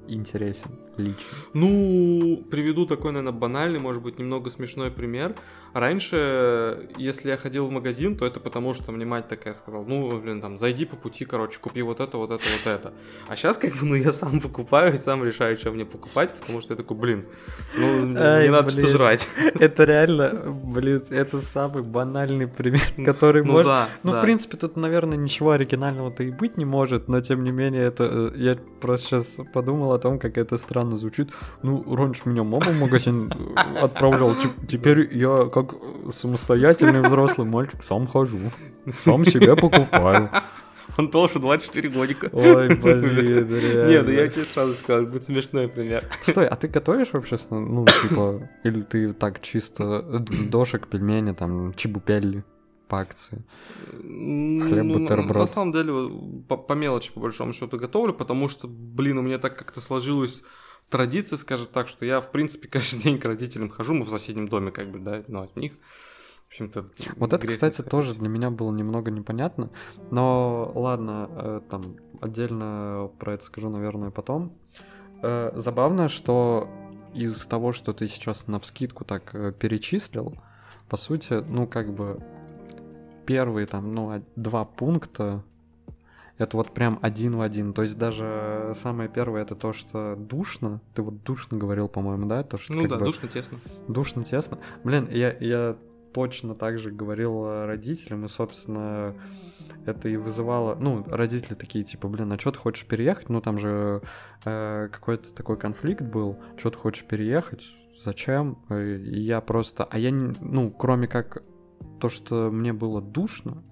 интересен лично? Ну, приведу такой, наверное, банальный, может быть, немного смешной пример. Раньше, если я ходил в магазин, то это потому, что мне мать такая сказала, ну, блин, там, зайди по пути, короче, купи вот это, вот это, вот это. А сейчас, как бы, ну, я сам покупаю и сам решаю, что мне покупать, потому что я такой, блин, ну, Ай, не надо блин. что жрать. Это реально, блин, это самый банальный пример, который Ну может... да, Ну, да. в принципе, тут, наверное, ничего оригинального-то и быть не может, но, тем не менее, это... э, Я просто сейчас подумал о том, как это странно звучит. Ну, раньше меня мама в магазин э, отправляла, теп- теперь я, как самостоятельный взрослый мальчик, сам хожу, сам себе покупаю. Он тоже двадцать четыре годика. Ой, блин, реально. Не, ну я тебе сразу сказал, будет смешной пример. Стой, а ты готовишь вообще, ну, типа, или ты так чисто дошек, пельмени, там, чебупелли по акции? Хлеб, Ну, бутерброд. На самом деле, по, по мелочи, по большому счету, готовлю, потому что, блин, у меня так как-то сложилась традиция, скажем так, что я, в принципе, каждый день к родителям хожу, мы в соседнем доме, как бы, да, но от них. В общем-то, Вот это, грех кстати, не тоже сходить. для меня было немного непонятно, но ладно, э, там отдельно про это скажу, наверное, потом. Э, Забавно, что из того, что ты сейчас навскидку так э, перечислил, по сути, ну, как бы первые там, ну, а- два пункта, это вот прям один в один. То есть даже самое первое это то, что душно. Ты вот душно говорил, по-моему, да? То, что Ну как да, бы душно, тесно. душно, тесно. Блин, я, я точно так же говорил э, родителям, и, собственно, это и вызывало... Ну, родители такие, типа, блин, а что ты хочешь переехать? Ну, там же э, какой-то такой конфликт был. Что ты хочешь переехать? Зачем? Э, И я просто... А я, не- ну, кроме как то, что мне было душно,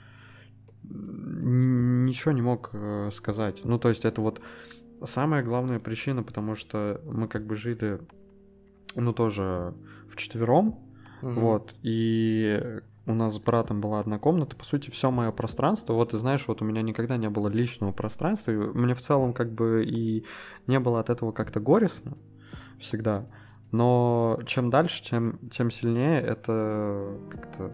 н- ничего не мог э, сказать. Ну, то есть это вот самая главная причина, потому что мы как бы жили, ну, тоже вчетвером, Мгм. вот, и у нас с братом была одна комната, по сути, все мое пространство, вот, ты знаешь, вот у меня никогда не было личного пространства, и мне в целом как бы и не было от этого как-то горестно всегда, но чем дальше, тем, тем сильнее это как-то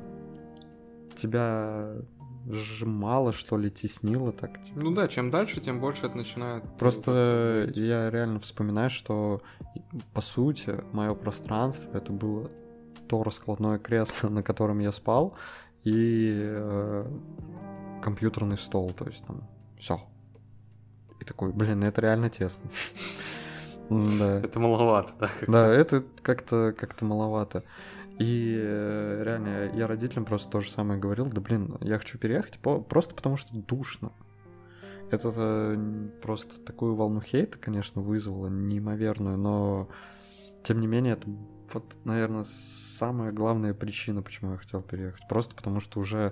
тебя сжимало, что ли, теснило так, типа. Ну да, чем дальше, тем больше это начинает... э, Просто как-то я реально вспоминаю, что по сути мое пространство это было то раскладное кресло, на котором я спал, и э, компьютерный стол, то есть там все. И такой, блин, это реально тесно. Да. Это маловато, да? как-то. Да, это как-то как-то маловато. И э, реально, я родителям просто то же самое говорил, да блин, я хочу переехать по- просто потому что душно. Это э, просто такую волну хейта, конечно, вызвало неимоверную, но тем не менее, это вот, наверное, самая главная причина, почему я хотел переехать. Просто потому что уже,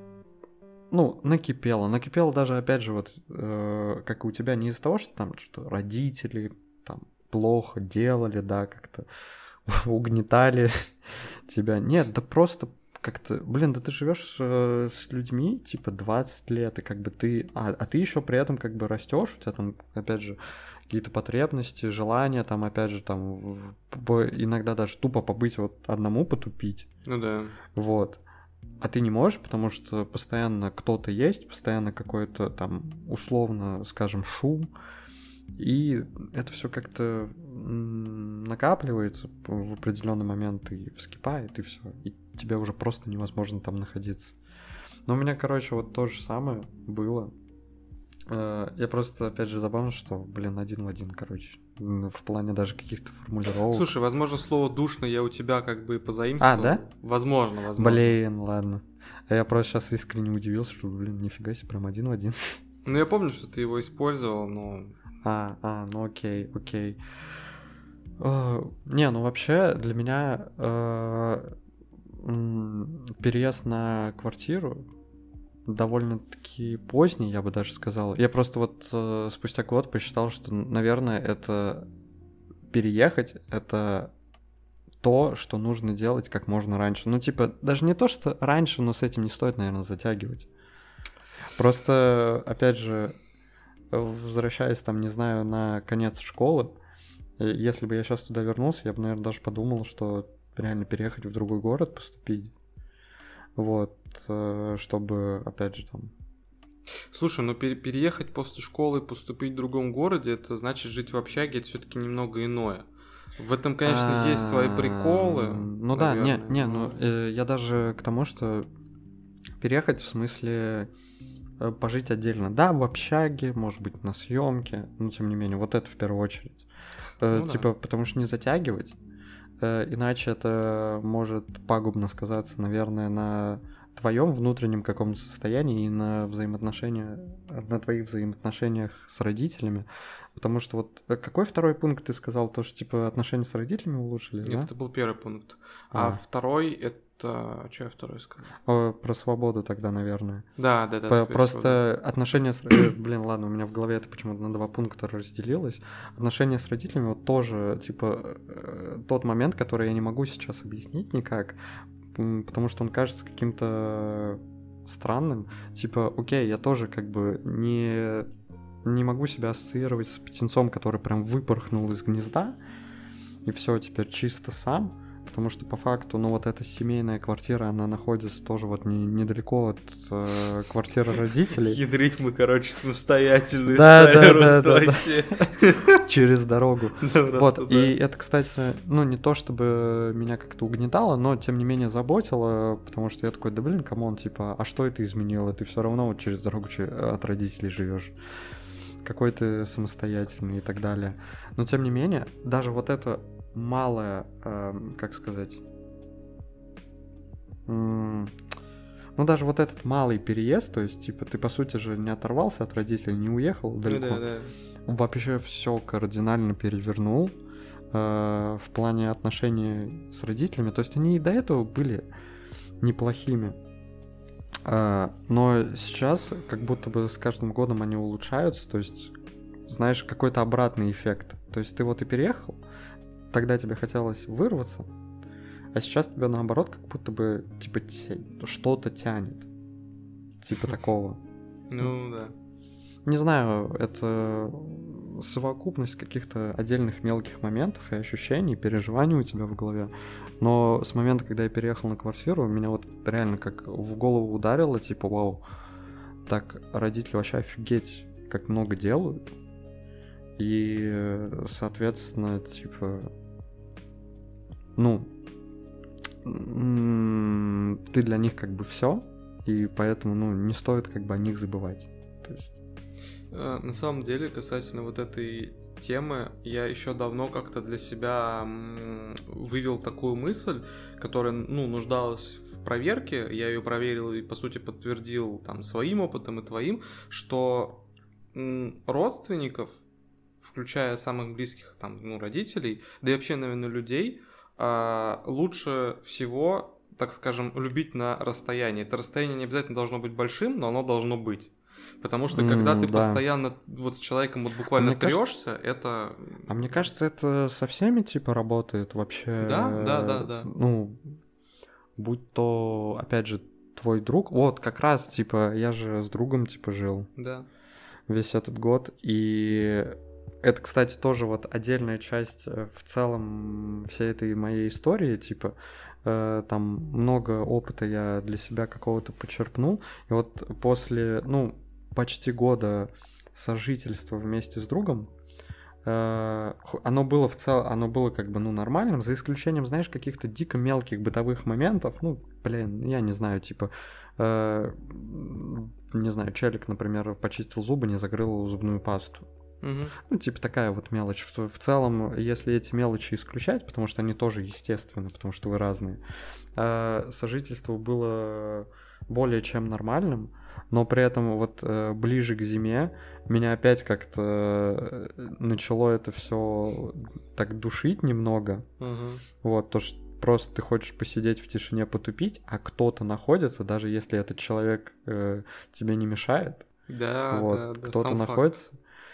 ну, накипело. Накипело даже, опять же, вот, э, как и у тебя, не из-за того, что там что родители там плохо делали, да, как-то угнетали тебя. Нет, да просто как-то, блин, да ты живешь э, с людьми, типа, двадцать лет, и как бы ты, а, а ты еще при этом как бы растешь, у тебя там, опять же, какие-то потребности, желания, там, опять же, там, в- по- иногда даже тупо побыть вот одному, потупить, Ну да. вот. А ты не можешь, потому что постоянно кто-то есть, постоянно какой-то там, условно, скажем, шум, и это все как-то м, накапливается п- в определенный момент и вскипает, и все. И тебе уже просто невозможно там находиться. Но у меня, короче, вот то же самое было. Э, Я просто, опять же, забавно, что, блин, один в один, короче. м, В плане даже каких-то формулировок. Слушай, возможно, слово «душно» я у тебя как бы позаимствовал. А, да? Возможно, возможно. Блин, ладно. А я просто сейчас искренне удивился, что, блин, нифига себе, прям один в один. Ну, я помню, что ты его использовал, но... А, а, ну окей, окей. Э, Не, ну вообще для меня э, м, переезд на квартиру довольно-таки поздний, я бы даже сказал. Я просто вот э, спустя год посчитал, что, наверное, это переехать, это то, что нужно делать как можно раньше. Ну, типа, даже не то, что раньше, но с этим не стоит, наверное, затягивать. Просто, опять же, возвращаясь там, не знаю, на конец школы, э, если бы я сейчас туда вернулся, я бы, наверное, даже подумал, что реально переехать в другой город, поступить. Вот, э, чтобы, опять же, там, Слушай, ну пере- переехать после школы, поступить в другом городе, это значит жить в общаге, это все-таки немного иное. В этом, конечно, есть свои приколы. Ну да, не, наверное, не, но- ну э, я даже к тому, что переехать в смысле э, пожить отдельно. Да, в общаге, может быть, на съемке, но тем не менее, вот это в первую очередь. Э, Ну да. Типа, потому что не затягивать, э, иначе это может пагубно сказаться, наверное, на твоем внутреннем каком-то состоянии и на взаимоотношения, на твоих взаимоотношениях с родителями. Потому что вот э, какой второй пункт ты сказал? То, что типа отношения с родителями улучшились, Нет, да? это был первый пункт. А, А. второй это... Что я второй сказал? О, про свободу тогда, наверное. Да, да, да. По- скорее Просто всего, отношения с... э, Блин, ладно, у меня в голове это почему-то на два пункта разделилось. Отношения с родителями вот тоже, типа, э, тот момент, который я не могу сейчас объяснить никак, м, потому что он кажется каким-то странным. Типа, окей, я тоже как бы не, не могу себя ассоциировать с птенцом, который прям выпорхнул из гнезда, и все, теперь чисто сам. Потому что по факту, ну вот эта семейная квартира, она находится тоже вот не- недалеко от э, квартиры да. родителей. Ядрить мы, короче, самостоятельные Да, стали да, просто да, да, да. вообще. Через дорогу. Да, просто, Вот, да. и это, кстати, ну не то чтобы меня как-то угнетало, но тем не менее заботило, потому что я такой, да блин, камон, типа, а что это изменило? Ты все равно вот через дорогу че- от родителей живешь. Какой ты самостоятельный и так далее. Но тем не менее, даже вот это малое, эм, как сказать, м, ну даже вот этот малый переезд, то есть типа ты по сути же не оторвался от родителей, не уехал Ну далеко, да, да. вообще все кардинально перевернул э, в плане отношений с родителями. То есть они и до этого были неплохими. Э, но сейчас как будто бы с каждым годом они улучшаются. То есть, знаешь, какой-то обратный эффект. То есть ты вот и переехал, тогда тебе хотелось вырваться, а сейчас тебя наоборот как будто бы типа тя- что-то тянет. Типа такого. Ну да. Не знаю, это совокупность каких-то отдельных мелких моментов и ощущений, переживаний у тебя в голове. Но с момента, когда я переехал на квартиру, меня вот реально как в голову ударило, типа, вау, так родители вообще офигеть, как много делают. И, соответственно, типа, ну, м, ты для них как бы все, и поэтому, ну, не стоит как бы о них забывать. То есть... Э, На самом деле, касательно вот этой темы, я еще давно как-то для себя м, вывел такую мысль, которая, ну, нуждалась в проверке. Я ее проверил и, по сути, подтвердил там своим опытом и твоим, что м, родственников, включая самых близких там, ну, родителей, да и вообще, наверное, людей, а, лучше всего, так скажем, любить на расстоянии. Это расстояние не обязательно должно быть большим, но оно должно быть. Потому что когда М, ты да. постоянно вот с человеком вот буквально Мне кажется- трешься, это... А мне кажется, это со всеми типа работает вообще. Да, да, да, да. Ну, будь то, опять же, твой друг. Вот, как раз, типа, я же с другом, типа, жил Да. весь этот год. И это, кстати, тоже вот отдельная часть э, в целом всей этой моей истории, типа, э, там много опыта я для себя какого-то почерпнул. И вот после, ну, почти года сожительства вместе с другом, э, ху- оно было в целом, оно было как бы, ну, нормальным, за исключением, знаешь, каких-то дико мелких бытовых моментов, ну, блин, я не знаю, типа, э, м, не знаю, челик, например, почистил зубы, не закрыл зубную пасту. Мгм. Ну, типа такая вот мелочь. В, в целом, если эти мелочи исключать, потому что они тоже естественны, потому что вы разные, э, сожительство было более чем нормальным, но при этом вот э, ближе к зиме меня опять как-то э, начало это все так душить немного. Мгм. Вот, то, что просто ты хочешь посидеть в тишине, потупить, а кто-то находится, даже если этот человек э, тебе не мешает, Да, вот, да, да, кто-то сам факт. находится.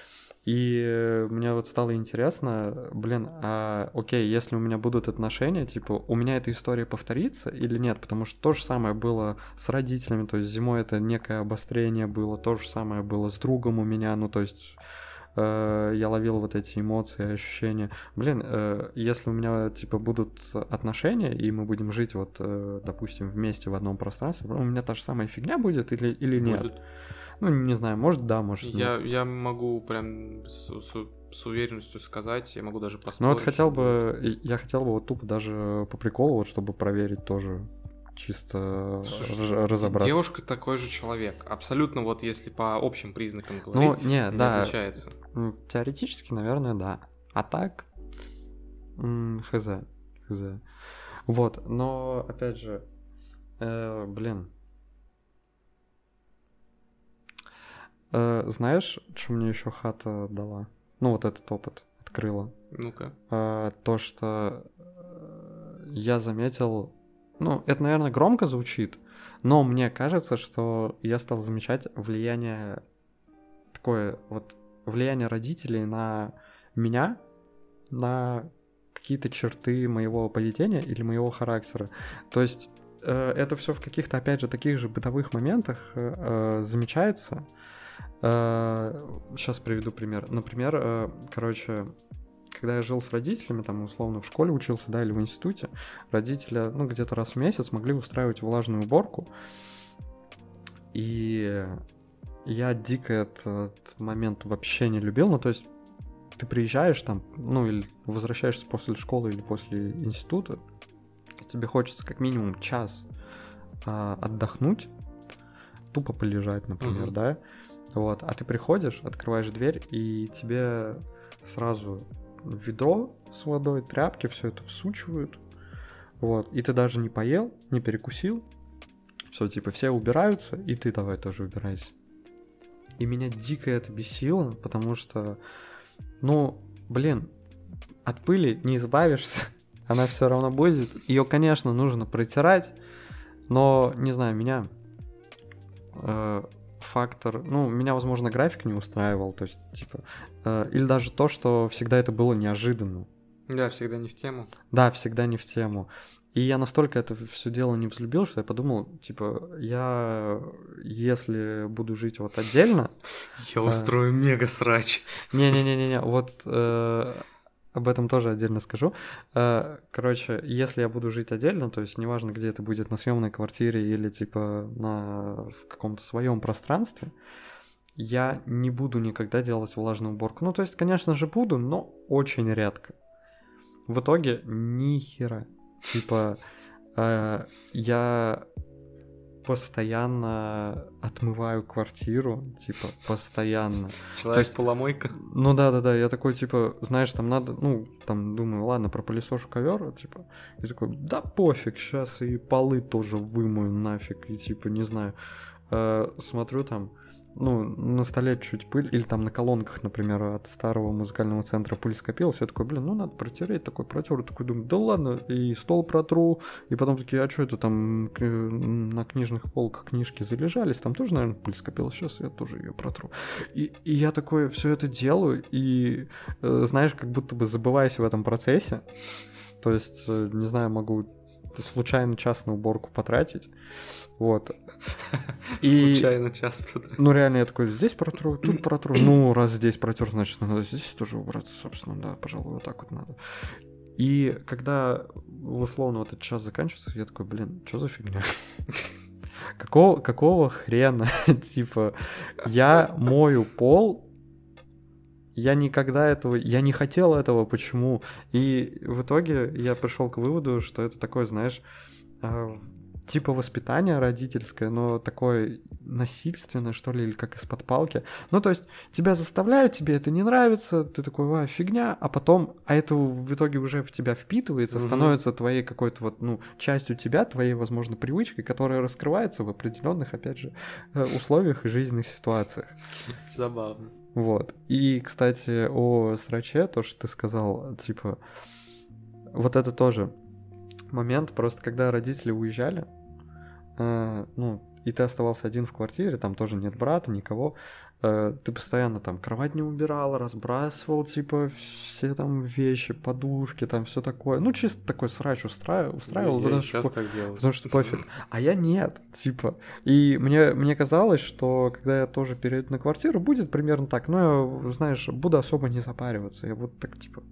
И э, мне вот стало интересно, блин, а окей, если у меня будут отношения, типа, у меня эта история повторится или нет? Потому что то же самое было с родителями, то есть зимой это некое обострение было, то же самое было с другом у меня, ну то есть э, я ловил вот эти эмоции, ощущения. Блин, э, если у меня, типа, будут отношения, и мы будем жить, вот, э, допустим, вместе в одном пространстве, у меня та же самая фигня будет или, или нет? Будет. Ну, не знаю, может, да, может, нет. Я, я могу прям с, с, с уверенностью сказать, я могу даже поспорить. Ну, вот хотел что бы, я хотел бы вот тупо даже по приколу, вот, чтобы проверить тоже, чисто Слушай, р- разобраться. Девушка такой же человек. Абсолютно, вот если по общим признакам говорить, Ну, не, не да. отличается. Ну, теоретически, наверное, да. А так, м, хз, хз. Вот, но, опять же, э, блин. Э, знаешь, что мне еще хата дала? Ну, вот этот опыт открыла. Ну-ка. Э, то, что э, я заметил... Ну, это, наверное, громко звучит, но мне кажется, что я стал замечать влияние... Такое вот влияние родителей на меня, на какие-то черты моего поведения или моего характера. То есть э, это все в каких-то, опять же, таких же бытовых моментах э, э, замечается. Э, сейчас приведу пример. Например, э, короче, когда я жил с родителями, там, условно, в школе учился, да, или в институте, родители, ну, где-то раз в месяц могли устраивать влажную уборку. И я дико этот момент вообще не любил. Ну, то есть ты приезжаешь там, ну, или возвращаешься после школы или после института, и тебе хочется как минимум час а, отдохнуть, тупо полежать, например, Мгм. да, вот, а ты приходишь, открываешь дверь, и тебе сразу ведро с водой, тряпки, все это всучивают, вот, и ты даже не поел, не перекусил, все, типа, все убираются, и ты давай тоже убирайся. И меня дико это бесило, потому что, ну, блин, от пыли не избавишься, она все равно будет. Ее, конечно, нужно протирать, но, не знаю, меня э, фактор, ну, меня, возможно, график не устраивал, то есть, типа, э, или даже то, что всегда это было неожиданно. Да, всегда не в тему. Да, всегда не в тему. И я настолько это все дело не взлюбил, что я подумал, типа, я, если буду жить вот отдельно... Я А. устрою мега-срач. Не-не-не-не, вот э, об этом тоже отдельно скажу. Э, короче, если я буду жить отдельно, то есть неважно, где это будет, на съемной квартире или типа на, в каком-то своем пространстве, я не буду никогда делать влажную уборку. Ну, то есть, конечно же, буду, но очень редко. В итоге ни хера. Типа, э, я постоянно отмываю квартиру, типа, постоянно. Человек-поломойка. Ну да-да-да, я такой, типа, знаешь, там надо, ну, там, думаю, ладно, пропылесошу ковер, типа, и такой, да пофиг, сейчас и полы тоже вымою нафиг, и, типа, не знаю, э, смотрю там, ну, на столе чуть пыль, или там на колонках, например, от старого музыкального центра пыль скопилась, я такой, блин, ну, надо протереть, такой протер, такой думаю, да ладно, и стол протру, и потом такие, а что это там к- на книжных полках книжки залежались, там тоже, наверное, пыль скопилась, сейчас я тоже ее протру. И, и я такое все это делаю, и, э, знаешь, как будто бы забываюсь в этом процессе, то есть, э, не знаю, могу случайно час на уборку потратить, вот. И, Случайно час потратил. ну, реально, я такой, здесь протру, тут протру. Ну, раз здесь протер, значит, надо здесь тоже убраться, собственно, да, пожалуй, вот так вот надо. И когда, условно, вот этот час заканчивается, я такой, блин, что за фигня? Какого, какого хрена? Типа, я мою пол, я никогда этого, я не хотел этого, почему? И в итоге я пришел к выводу, что это такое, знаешь, а, типа воспитание родительское, но такое насильственное, что ли, или как из-под палки. Ну, то есть тебя заставляют, тебе это не нравится, ты такой, а, фигня, а потом, а это в итоге уже в тебя впитывается, Мгм. становится твоей какой-то вот, ну, частью тебя, твоей, возможно, привычкой, которая раскрывается в определенных, опять же, э, условиях и жизненных ситуациях. Забавно. Вот. И, кстати, о сраче, то, что ты сказал, типа, вот это тоже момент, просто когда родители уезжали, э, ну, и ты оставался один в квартире, там тоже нет брата, никого, э, ты постоянно там кровать не убирал, разбрасывал, типа, все там вещи, подушки, там все такое. Ну, чисто такой срач устраивал. устраивал Я потому, сейчас что, так делаю. потому что пофиг. А я нет, типа. И мне, мне казалось, что когда я тоже перееду на квартиру, будет примерно так. Ну, я, знаешь, буду особо не запариваться. Я буду так, типа,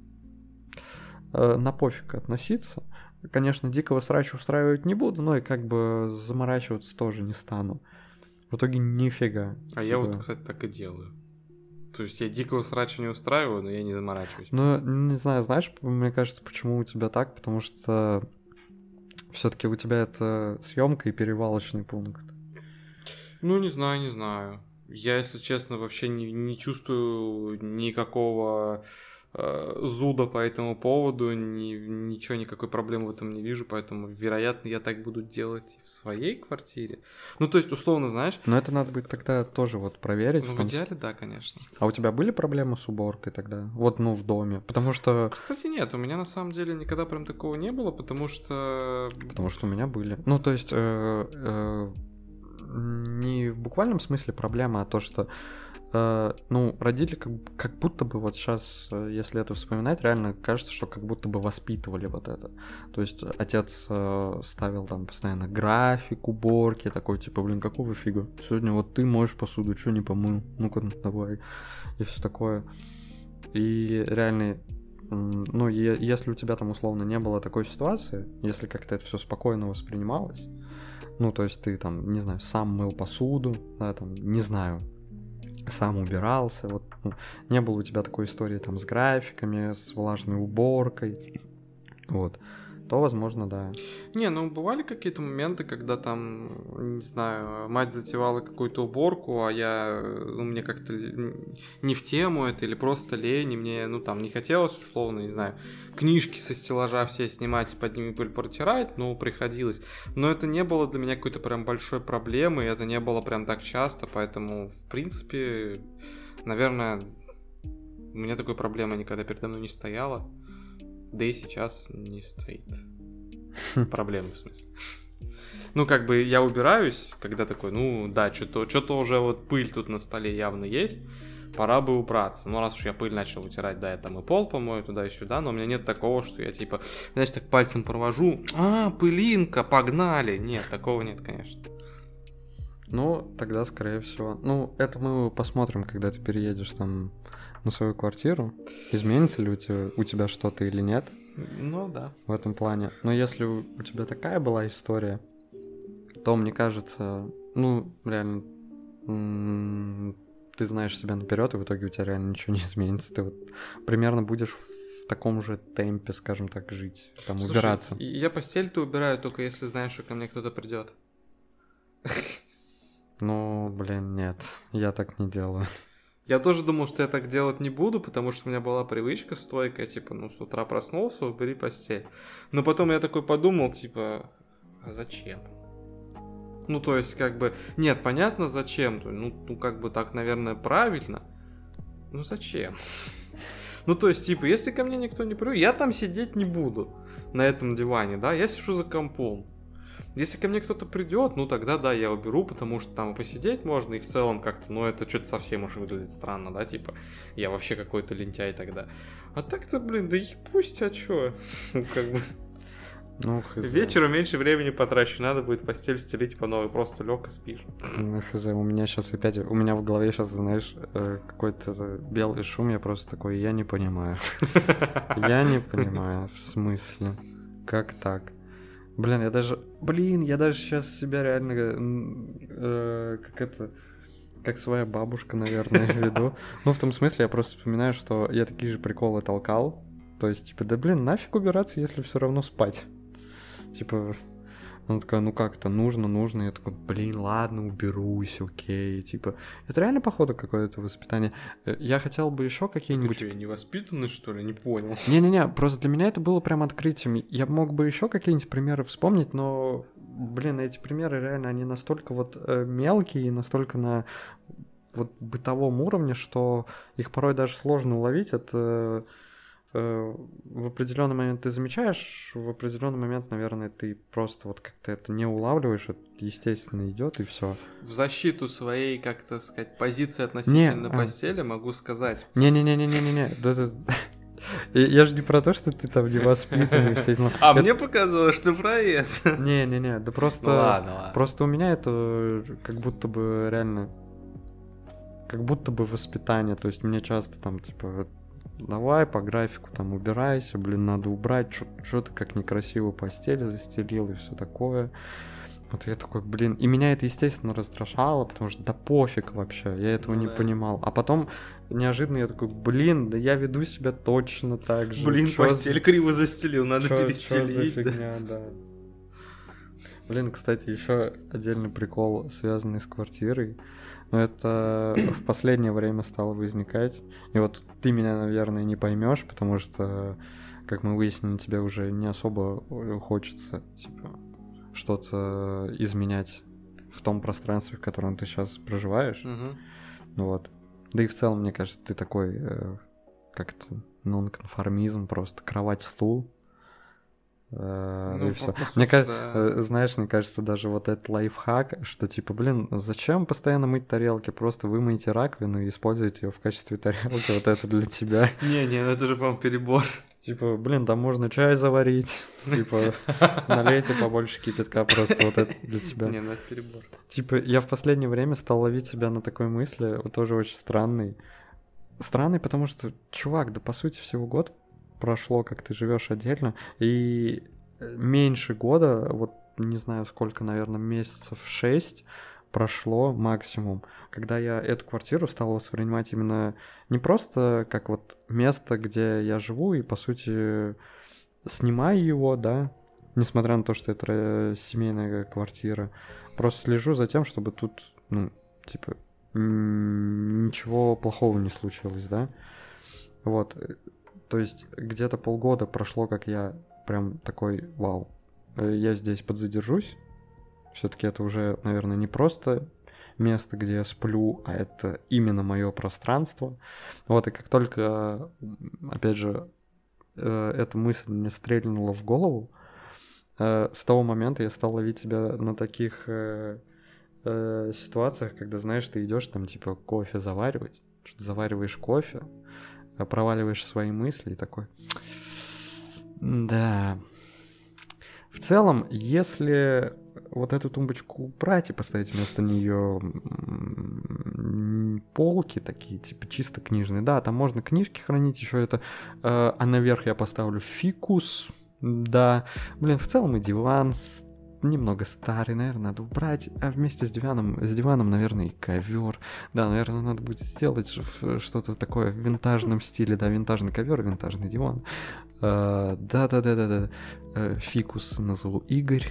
э, на пофиг относиться. Конечно, дикого срача устраивать не буду, но и как бы заморачиваться тоже не стану. В итоге нифига. А типа... я вот, кстати, так и делаю. То есть я дикого срача не устраиваю, но я не заморачиваюсь. Ну, не знаю, знаешь, мне кажется, почему у тебя так, потому что все-таки у тебя это съемка и перевалочный пункт. Ну, не знаю, не знаю. Я, если честно, вообще не, не чувствую никакого э, зуда по этому поводу, ни, ничего, никакой проблемы в этом не вижу, поэтому, вероятно, я так буду делать в своей квартире. Ну, то есть, условно, знаешь... Но это надо будет тогда тоже вот проверить. Ну, в, в идеале, да, конечно. А у тебя были проблемы с уборкой тогда? Вот, ну, в доме? Потому что... Кстати, нет, у меня на самом деле никогда прям такого не было, потому что... Потому что у меня были. Ну, то есть... Э, э, не в буквальном смысле проблема, а то, что, э, ну, родители как, как будто бы вот сейчас, если это вспоминать, реально кажется, что как будто бы воспитывали вот это. То есть отец э, ставил там постоянно график уборки, такой, типа, блин, какого фига? Сегодня вот ты моешь посуду, что не помыл? Ну-ка, давай. И все такое. И реально... Ну, если у тебя там условно не было такой ситуации, если как-то это все спокойно воспринималось, ну, то есть ты там, не знаю, сам мыл посуду, да, там, не знаю, сам убирался, вот, ну, не было у тебя такой истории там с графиками, с влажной уборкой, вот, то, возможно, да. Не, ну, бывали какие-то моменты, когда там, не знаю, мать затевала какую-то уборку, а я, ну, мне как-то не в тему это, или просто лень, и мне, ну, там, не хотелось, условно, не знаю, книжки со стеллажа все снимать, под ними пыль протирать, ну, приходилось. Но это не было для меня какой-то прям большой проблемой, это не было прям так часто, поэтому, в принципе, наверное, у меня такой проблемы никогда передо мной не стояло. Да и сейчас не стоит. Проблемы, в смысле. Ну, как бы я убираюсь, когда такой, ну, да, что-то, что-то уже вот пыль тут на столе явно есть, пора бы убраться. Ну, раз уж я пыль начал вытирать, да, я там и пол помою туда и сюда, но у меня нет такого, что я, типа, знаешь, так пальцем провожу, а, пылинка, погнали. Нет, такого нет, конечно. Ну, тогда, скорее всего. Ну, это мы посмотрим, когда ты переедешь там на свою квартиру. Изменится ли у тебя, у тебя что-то или нет? Ну, да. В этом плане. Но если у, у тебя такая была история, то, мне кажется, ну, реально, м- ты знаешь себя наперед, и в итоге у тебя реально ничего не изменится. Ты вот примерно будешь в таком же темпе, скажем так, жить, там, Слушай, убираться. Я постель-то убираю только если знаешь, что ко мне кто-то придет. Ну, блин, нет, я так не делаю. Я тоже думал, что я так делать не буду, потому что у меня была привычка стойкая, типа, ну, с утра проснулся, убери постель. Но потом я такой подумал, типа, а зачем? Ну, то есть, как бы, нет, понятно, зачем. Ну, ну как бы так, наверное, правильно. Ну, зачем? Ну, то есть, типа, если ко мне никто не придет, я там сидеть не буду на этом диване, да, я сижу за компом. Если ко мне кто-то придет, ну тогда да, я уберу, потому что там посидеть можно, и в целом как-то, ну это что-то совсем уж выглядит странно, да, типа, я вообще какой-то лентяй тогда. А так-то, блин, да и пусть, а чё? Ну как бы... Ну, хз. Вечером меньше времени потрачу, надо будет постель стелить по новой, просто лёг и спишь. Ну, хз, у меня сейчас опять, у меня в голове сейчас, знаешь, какой-то белый шум, я просто такой, я не понимаю. Я не понимаю, в смысле, как так? Блин, я даже, блин, я даже сейчас себя реально, э, как это, как своя бабушка, наверное, веду. Ну, в том смысле, я просто вспоминаю, что я такие же приколы толкал. То есть, типа, да блин, нафиг убираться, если все равно спать. Типа, она такая, ну как-то нужно, нужно. Я такой, блин, ладно, уберусь, окей. Типа, это реально, походу, какое-то воспитание. Я хотел бы еще какие-нибудь... Ты что, невоспитанный, что ли? Не понял. Не-не-не, просто для меня это было прям открытием. Я мог бы еще какие-нибудь примеры вспомнить, но, блин, эти примеры реально, они настолько вот э, мелкие и настолько на вот бытовом уровне, что их порой даже сложно уловить. Это э, в определенный момент ты замечаешь, в определенный момент, наверное, ты просто вот как-то это не улавливаешь, это естественно идет и все. В защиту своей, как то сказать, позиции относительно Не, постели могу сказать. Не-не-не-не-не-не, да, да. Я же не про то, что ты там невоспитанный, все дела. А Это- мне показалось, что про это. Не-не-не, да просто... Ну ладно, ладно. Просто у меня это как будто бы реально... Как будто бы воспитание, то есть мне часто там, типа, давай по графику там убирайся, блин, надо убрать, что ты как некрасиво постель застелил и все такое. Вот я такой, блин, и меня это, естественно, раздражало, потому что да пофиг вообще, я этого Ну не да. понимал. А потом неожиданно я такой, блин, да я веду себя точно так же. Блин, Чё постель за- криво застелил, надо чё- чё за перестелить. да. фигня, да. Блин, кстати, еще отдельный прикол, связанный с квартирой. Но это в последнее время стало возникать. И вот ты меня, наверное, не поймешь, потому что, как мы выяснили, тебе уже не особо хочется, типа, что-то изменять в том пространстве, в котором ты сейчас проживаешь. Мгм. Вот. Да и в целом, мне кажется, ты такой, э, как это, нонконформизм, просто кровать, стул. Э, Ну, и все. по- по Мне сути, кажется, да. знаешь, мне кажется, даже вот этот лайфхак, что типа, блин, зачем постоянно мыть тарелки? Просто вымойте раковину и используйте ее в качестве тарелки. Вот это для тебя. Не-не, ну это же, по-моему, перебор. Типа, блин, там можно чай заварить. Типа, налейте побольше кипятка, просто вот это для тебя. Не, ну это перебор. Типа, я в последнее время стал ловить себя на такой мысли, вот тоже очень странный. Странный, потому что, чувак, да по сути всего год прошло, как ты живешь отдельно, и меньше года, вот не знаю сколько, наверное, месяцев шесть прошло максимум, когда я эту квартиру стал воспринимать именно не просто как вот место, где я живу, и по сути снимаю его, да, несмотря на то, что это э, семейная квартира, просто слежу за тем, чтобы тут, ну, типа, м, ничего плохого не случилось, да. Вот, э, то есть где-то полгода прошло, как я прям такой, вау, э, я здесь подзадержусь. Все-таки это уже, наверное, не просто место, где я сплю, а это именно мое пространство. Вот, и как только, м, опять же, э, эта мысль мне стрельнула в голову, э, с того момента я стал ловить себя на таких э, э, ситуациях, когда, знаешь, ты идешь там, типа, кофе заваривать, что-то завариваешь кофе, э, проваливаешь свои мысли и такой... Да. В целом, если вот эту тумбочку убрать и поставить вместо нее полки такие, типа чисто книжные, да, там можно книжки хранить, еще это, э, а наверх я поставлю фикус, да, блин, в целом и диван с- немного старый, наверное, надо убрать, а вместе с диваном, с диваном, наверное, и ковер, да, наверное, надо будет сделать ш- что-то такое в винтажном стиле, да, винтажный ковер, винтажный диван. Э, Да-да-да-да-да. Э, Фикус назову Игорь.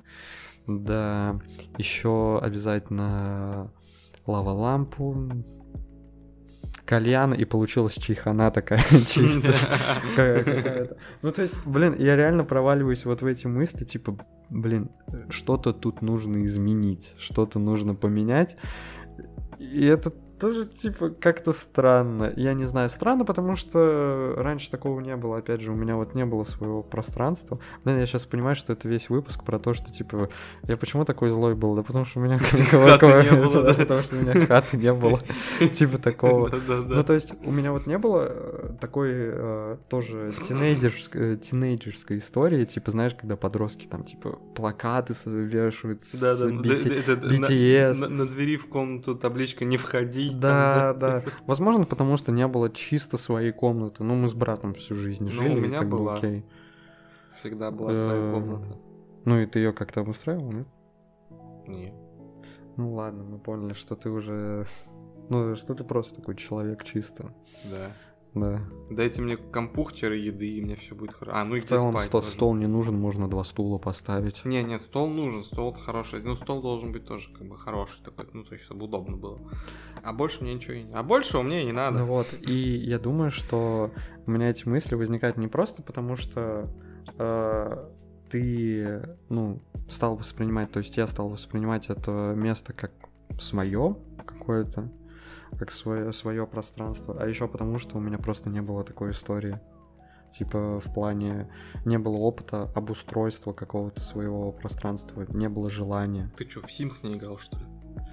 Да. Еще обязательно лава-лампу. Кальян, и получилась чайхана такая чистая. Какая- какая-то. Ну, то есть, блин, я реально проваливаюсь вот в эти мысли, типа, блин, что-то тут нужно изменить, что-то нужно поменять. И это тоже, типа, как-то странно. Я не знаю, странно, потому что раньше такого не было. Опять же, у меня вот не было своего пространства. Блин, я сейчас понимаю, что это весь выпуск про то, что, типа, я почему такой злой был? Да потому что у меня... Хаты не было, да. Потому что у меня хаты не было. Типа такого. Да-да-да. Ну, то есть, у меня вот не было э, такой э, тоже тинейджерской, тинейджерской истории, типа, знаешь, когда подростки там, типа, плакаты с- вешают с Да-да, би да, ти да, да, би на- ти эс. На на двери в комнату табличка «Не входить». там, Да, да. Возможно, потому что не было чисто своей комнаты. Ну, мы с братом всю жизнь Ну, жили, у и меня как бы была. окей. Всегда была своя Э, комната. Ну, и ты ее как-то обустраивал, нет? Нет. Ну, ладно, мы поняли, что ты уже... Ну, что ты просто такой человек чисто. Да. Да. Дайте мне компухтер и еды, и мне все будет хорошо. А, ну и В где целом спать сто- можно. стол не нужен, можно два стула поставить. Не, не, стол нужен, стол хороший. Ну, стол должен быть тоже как бы хороший такой, ну, то есть, чтобы удобно было. А больше мне ничего и не... А больше мне и не надо. Ну вот, и я думаю, что у меня эти мысли возникают не просто потому, что э, ты, ну, стал воспринимать, то есть я стал воспринимать это место как свое какое-то, как свое, свое пространство, а еще потому, что у меня просто не было такой истории. Типа в плане не было опыта обустройства какого-то своего пространства, не было желания. Ты что, в Sims не играл, что ли?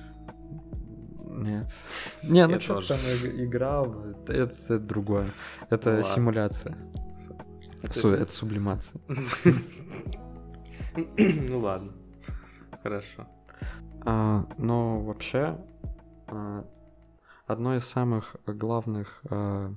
Нет. Не, ну Я что тоже. там иг- играл, это, это другое. Это Ладно. симуляция. Су- это сублимация. Ну ладно. Хорошо. А, но вообще, а, одно из самых главных а,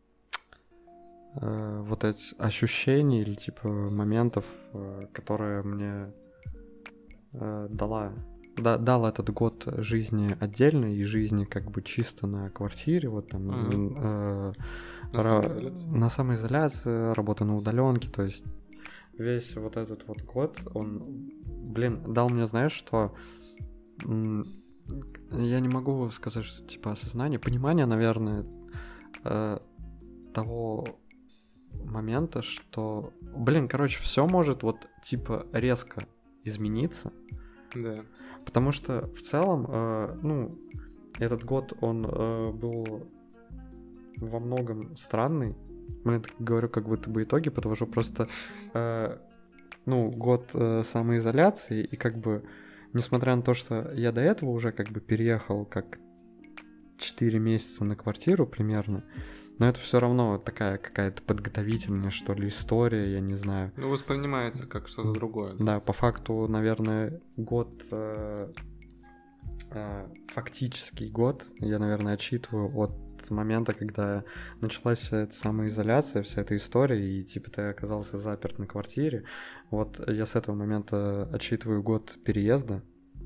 а, вот этих ощущений или типа моментов, а, которые мне а, дала, да, дал этот год жизни отдельно и жизни как бы чисто на квартире, вот там Мгм. а, На ра- самоизоляции? на самоизоляции, работа на удаленке, то есть весь вот этот вот год, он, блин, дал мне, знаешь, что м, я не могу сказать, что типа осознание, понимание, наверное, э, того момента, что, блин, короче, все может вот типа резко измениться, Да. потому что в целом, э, ну, этот год он э, был во многом странный. Блин, так говорю, как будто бы итоги подвожу. Просто, э, ну, год э, самоизоляции, и как бы, несмотря на то, что я до этого уже как бы переехал как четыре месяца на квартиру примерно, но это все равно такая какая-то подготовительная, что ли, история, я не знаю. Ну, воспринимается как что-то другое. Да, по факту, наверное, год, э, э, фактический год, я, наверное, отчитываю от момента, когда началась вся эта самоизоляция, вся эта история, и типа ты оказался заперт на квартире. Вот я с этого момента отсчитываю год переезда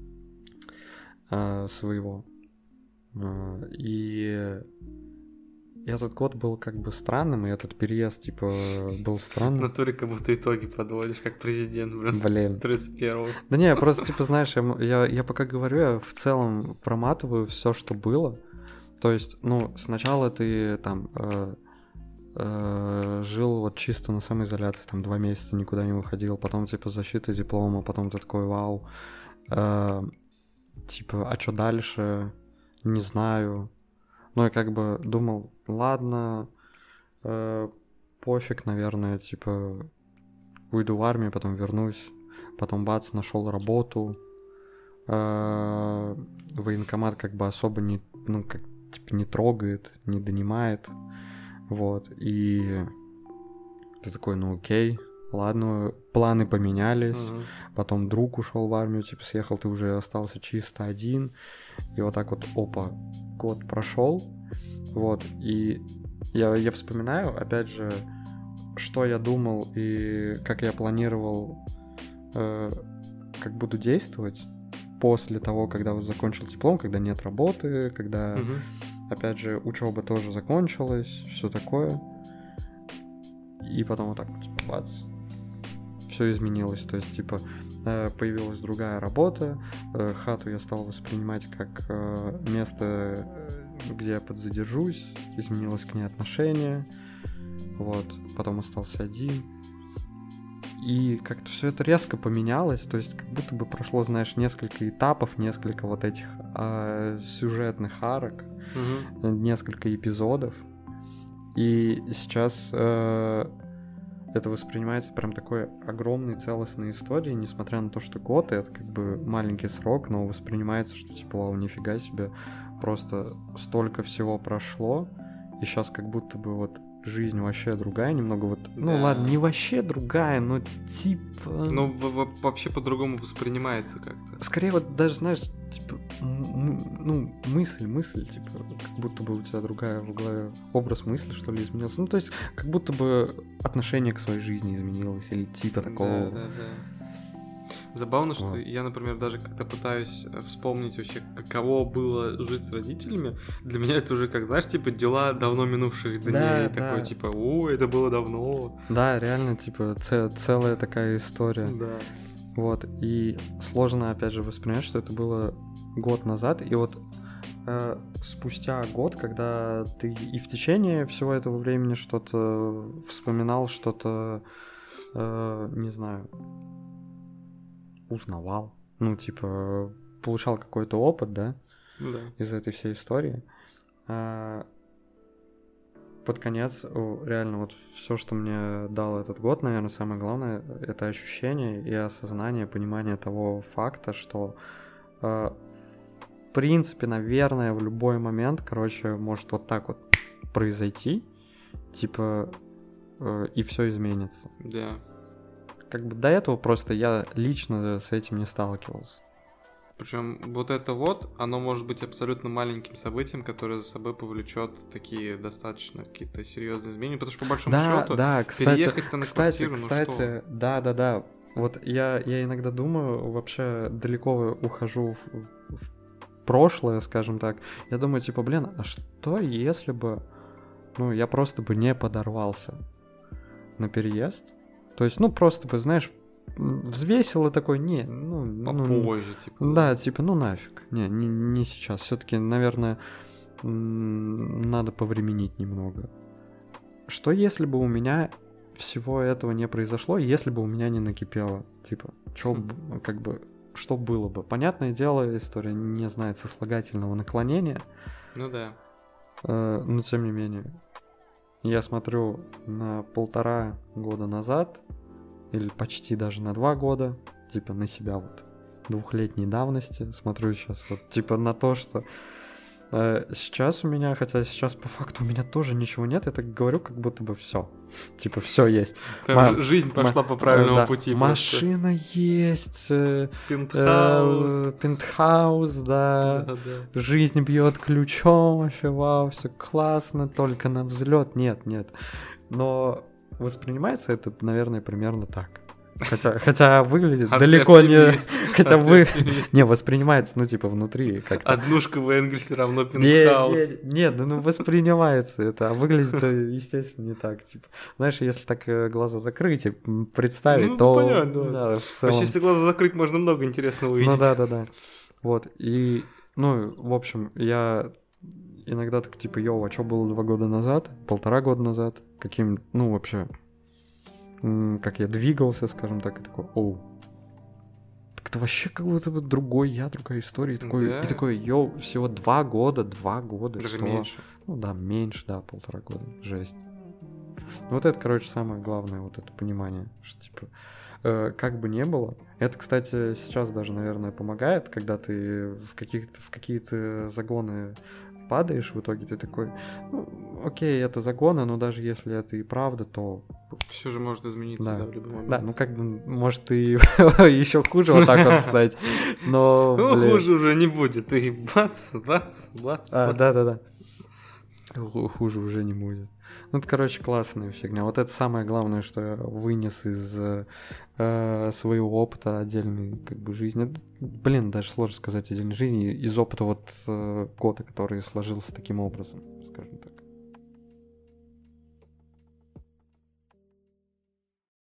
э, своего. Э, и этот год был как бы странным, и этот переезд, типа, был В странным. натуре как будто итоги подводишь, как президент, блин. Блин. тридцать первого. Да не, я просто, типа, знаешь, я, м- я, я пока говорю, я в целом проматываю все, что было. То есть, ну, сначала ты там э, э, жил вот чисто на самоизоляции, там два месяца никуда не выходил, потом, типа, защита диплома, потом ты такой, вау, э, типа, а что дальше? Не знаю. Ну, я как бы думал, ладно, э, пофиг, наверное, типа, уйду в армию, потом вернусь, потом бац, нашел работу, э, военкомат как бы особо не, ну, как, типа, не трогает, не донимает, вот, и ты такой, ну окей, ладно, планы поменялись, Мгм. потом друг ушел в армию, типа, съехал, ты уже остался чисто один, и вот так вот, опа, год прошел, вот, и я, я вспоминаю, опять же, что я думал и как я планировал, э, как буду действовать после того, когда вот закончил диплом, когда нет работы, когда, Мгм. опять же, учеба тоже закончилась, все такое. И потом вот так вот, типа, бац, все изменилось. То есть, типа, э, появилась другая работа, э, хату я стал воспринимать как э, место, э, где я подзадержусь, изменилось к ней отношение, вот, потом остался один. И как-то все это резко поменялось, то есть как будто бы прошло, знаешь, несколько этапов, несколько вот этих э, сюжетных арок, Мгм. несколько эпизодов. И сейчас э, это воспринимается прям такой огромной целостной историей, несмотря на то, что год это как бы маленький срок, но воспринимается, что типа, вау, нифига себе, просто столько всего прошло, и сейчас как будто бы вот жизнь вообще другая, немного вот, ну Да. ладно, не вообще другая, но типа... Ну, в- в- вообще по-другому воспринимается как-то. Скорее вот даже, знаешь, типа, м- м- ну, мысль, мысль, типа, как будто бы у тебя другая в голове, образ мысли, что ли, изменился. Ну, то есть, как будто бы отношение к своей жизни изменилось, или типа такого. Да, да, да. Забавно, что Вот. я, например, даже когда пытаюсь э, вспомнить вообще, каково было жить с родителями, для меня это уже, как, знаешь, типа дела давно минувших дней. Да, Такой, да. типа, о, это было давно. Да, реально, типа, ц- целая такая история. Да. Вот, и сложно, опять же, воспринять, что это было год назад, и вот э, спустя год, когда ты и в течение всего этого времени что-то вспоминал, что-то, э, не знаю, узнавал, ну, типа, получал какой-то опыт, да, Да. из этой всей истории, а, под конец, реально, вот все, что мне дал этот год, наверное, самое главное, это ощущение и осознание, понимание того факта, что, э, в принципе, наверное, в любой момент, короче, может вот так вот произойти, типа, э, и все изменится. Да. Как бы до этого просто я лично с этим не сталкивался. Причем вот это вот, оно может быть абсолютно маленьким событием, которое за собой повлечет такие достаточно какие-то серьезные изменения, потому что по большому да, счету да, кстати, переехать-то на кстати, квартиру, кстати, ну что? да, да, да. Вот я, я иногда думаю, вообще далеко ухожу в, в прошлое, скажем так. Я думаю, типа, блин, а что если бы, ну, я просто бы не подорвался на переезд? То есть, ну, просто бы, знаешь, взвесил и такой, не, ну... Попозже, ну, типа. Да, типа, ну нафиг. Не, не, не сейчас. Все-таки, наверное, надо повременить немного. Что если бы у меня всего этого не произошло, если бы у меня не накипело? Типа, чё, mm-hmm. как бы, что было бы? Понятное дело, история не знает сослагательного наклонения. Ну да. Э, но тем не менее. Я смотрю на полтора года назад, или почти даже на два года, типа на себя вот двухлетней давности, смотрю сейчас вот типа на то, что э, сейчас у меня, хотя сейчас по факту у меня тоже ничего нет, я так говорю, как будто бы все, типа все есть. Прям Ма- жизнь пошла ма- по правильному да. пути. Машина просто. Есть, э, пентхаус, э, пентхаус, да. да, да. Жизнь бьет ключом, вообще вау, все классно, только на взлет, нет, нет. Но воспринимается это, наверное, примерно так. Хотя, хотя выглядит А далеко не... Хотя а вы... Не, воспринимается, ну, типа, внутри как-то. Однушка в Энгельсе равно Не, пентхаус. не, Нет, ну, воспринимается это, а выглядит, естественно, не так. Типа, знаешь, если так глаза закрыть и представить, ну, то... понятно, да, в целом... Вообще, если глаза закрыть, можно много интересного увидеть. Ну, да-да-да. Вот, и, ну, в общем, я... Иногда так, типа, йоу, а что было два года назад, полтора года назад, каким, ну, вообще, м- как я двигался, скажем так, и такой, оу, так это вообще как будто бы другой я, другая история, и такой, Да. и такой, йоу, всего два года, два года, Даже что? меньше. Ну да, меньше, да, полтора года, жесть. Ну, вот это, короче, самое главное, вот это понимание, что, типа, э, как бы не было, это, кстати, сейчас даже, наверное, помогает, когда ты в, каких-то, в какие-то загоны падаешь, в итоге ты такой, ну, окей, это загоны, но даже если это и правда, то... Все же может измениться, да, Да. в любой момент. Да, ну как бы, может, и еще хуже вот так вот стать, но... Ну, блин. хуже уже не будет, и бац, бац, бац, А, бац. да-да-да. Ху- Хуже уже не будет. Ну, это, короче, классная фигня. Вот это самое главное, что я вынес из э, своего опыта отдельной как бы жизни. Это, блин, даже сложно сказать отдельной жизни. Из опыта вот э, года, который сложился таким образом, скажем так.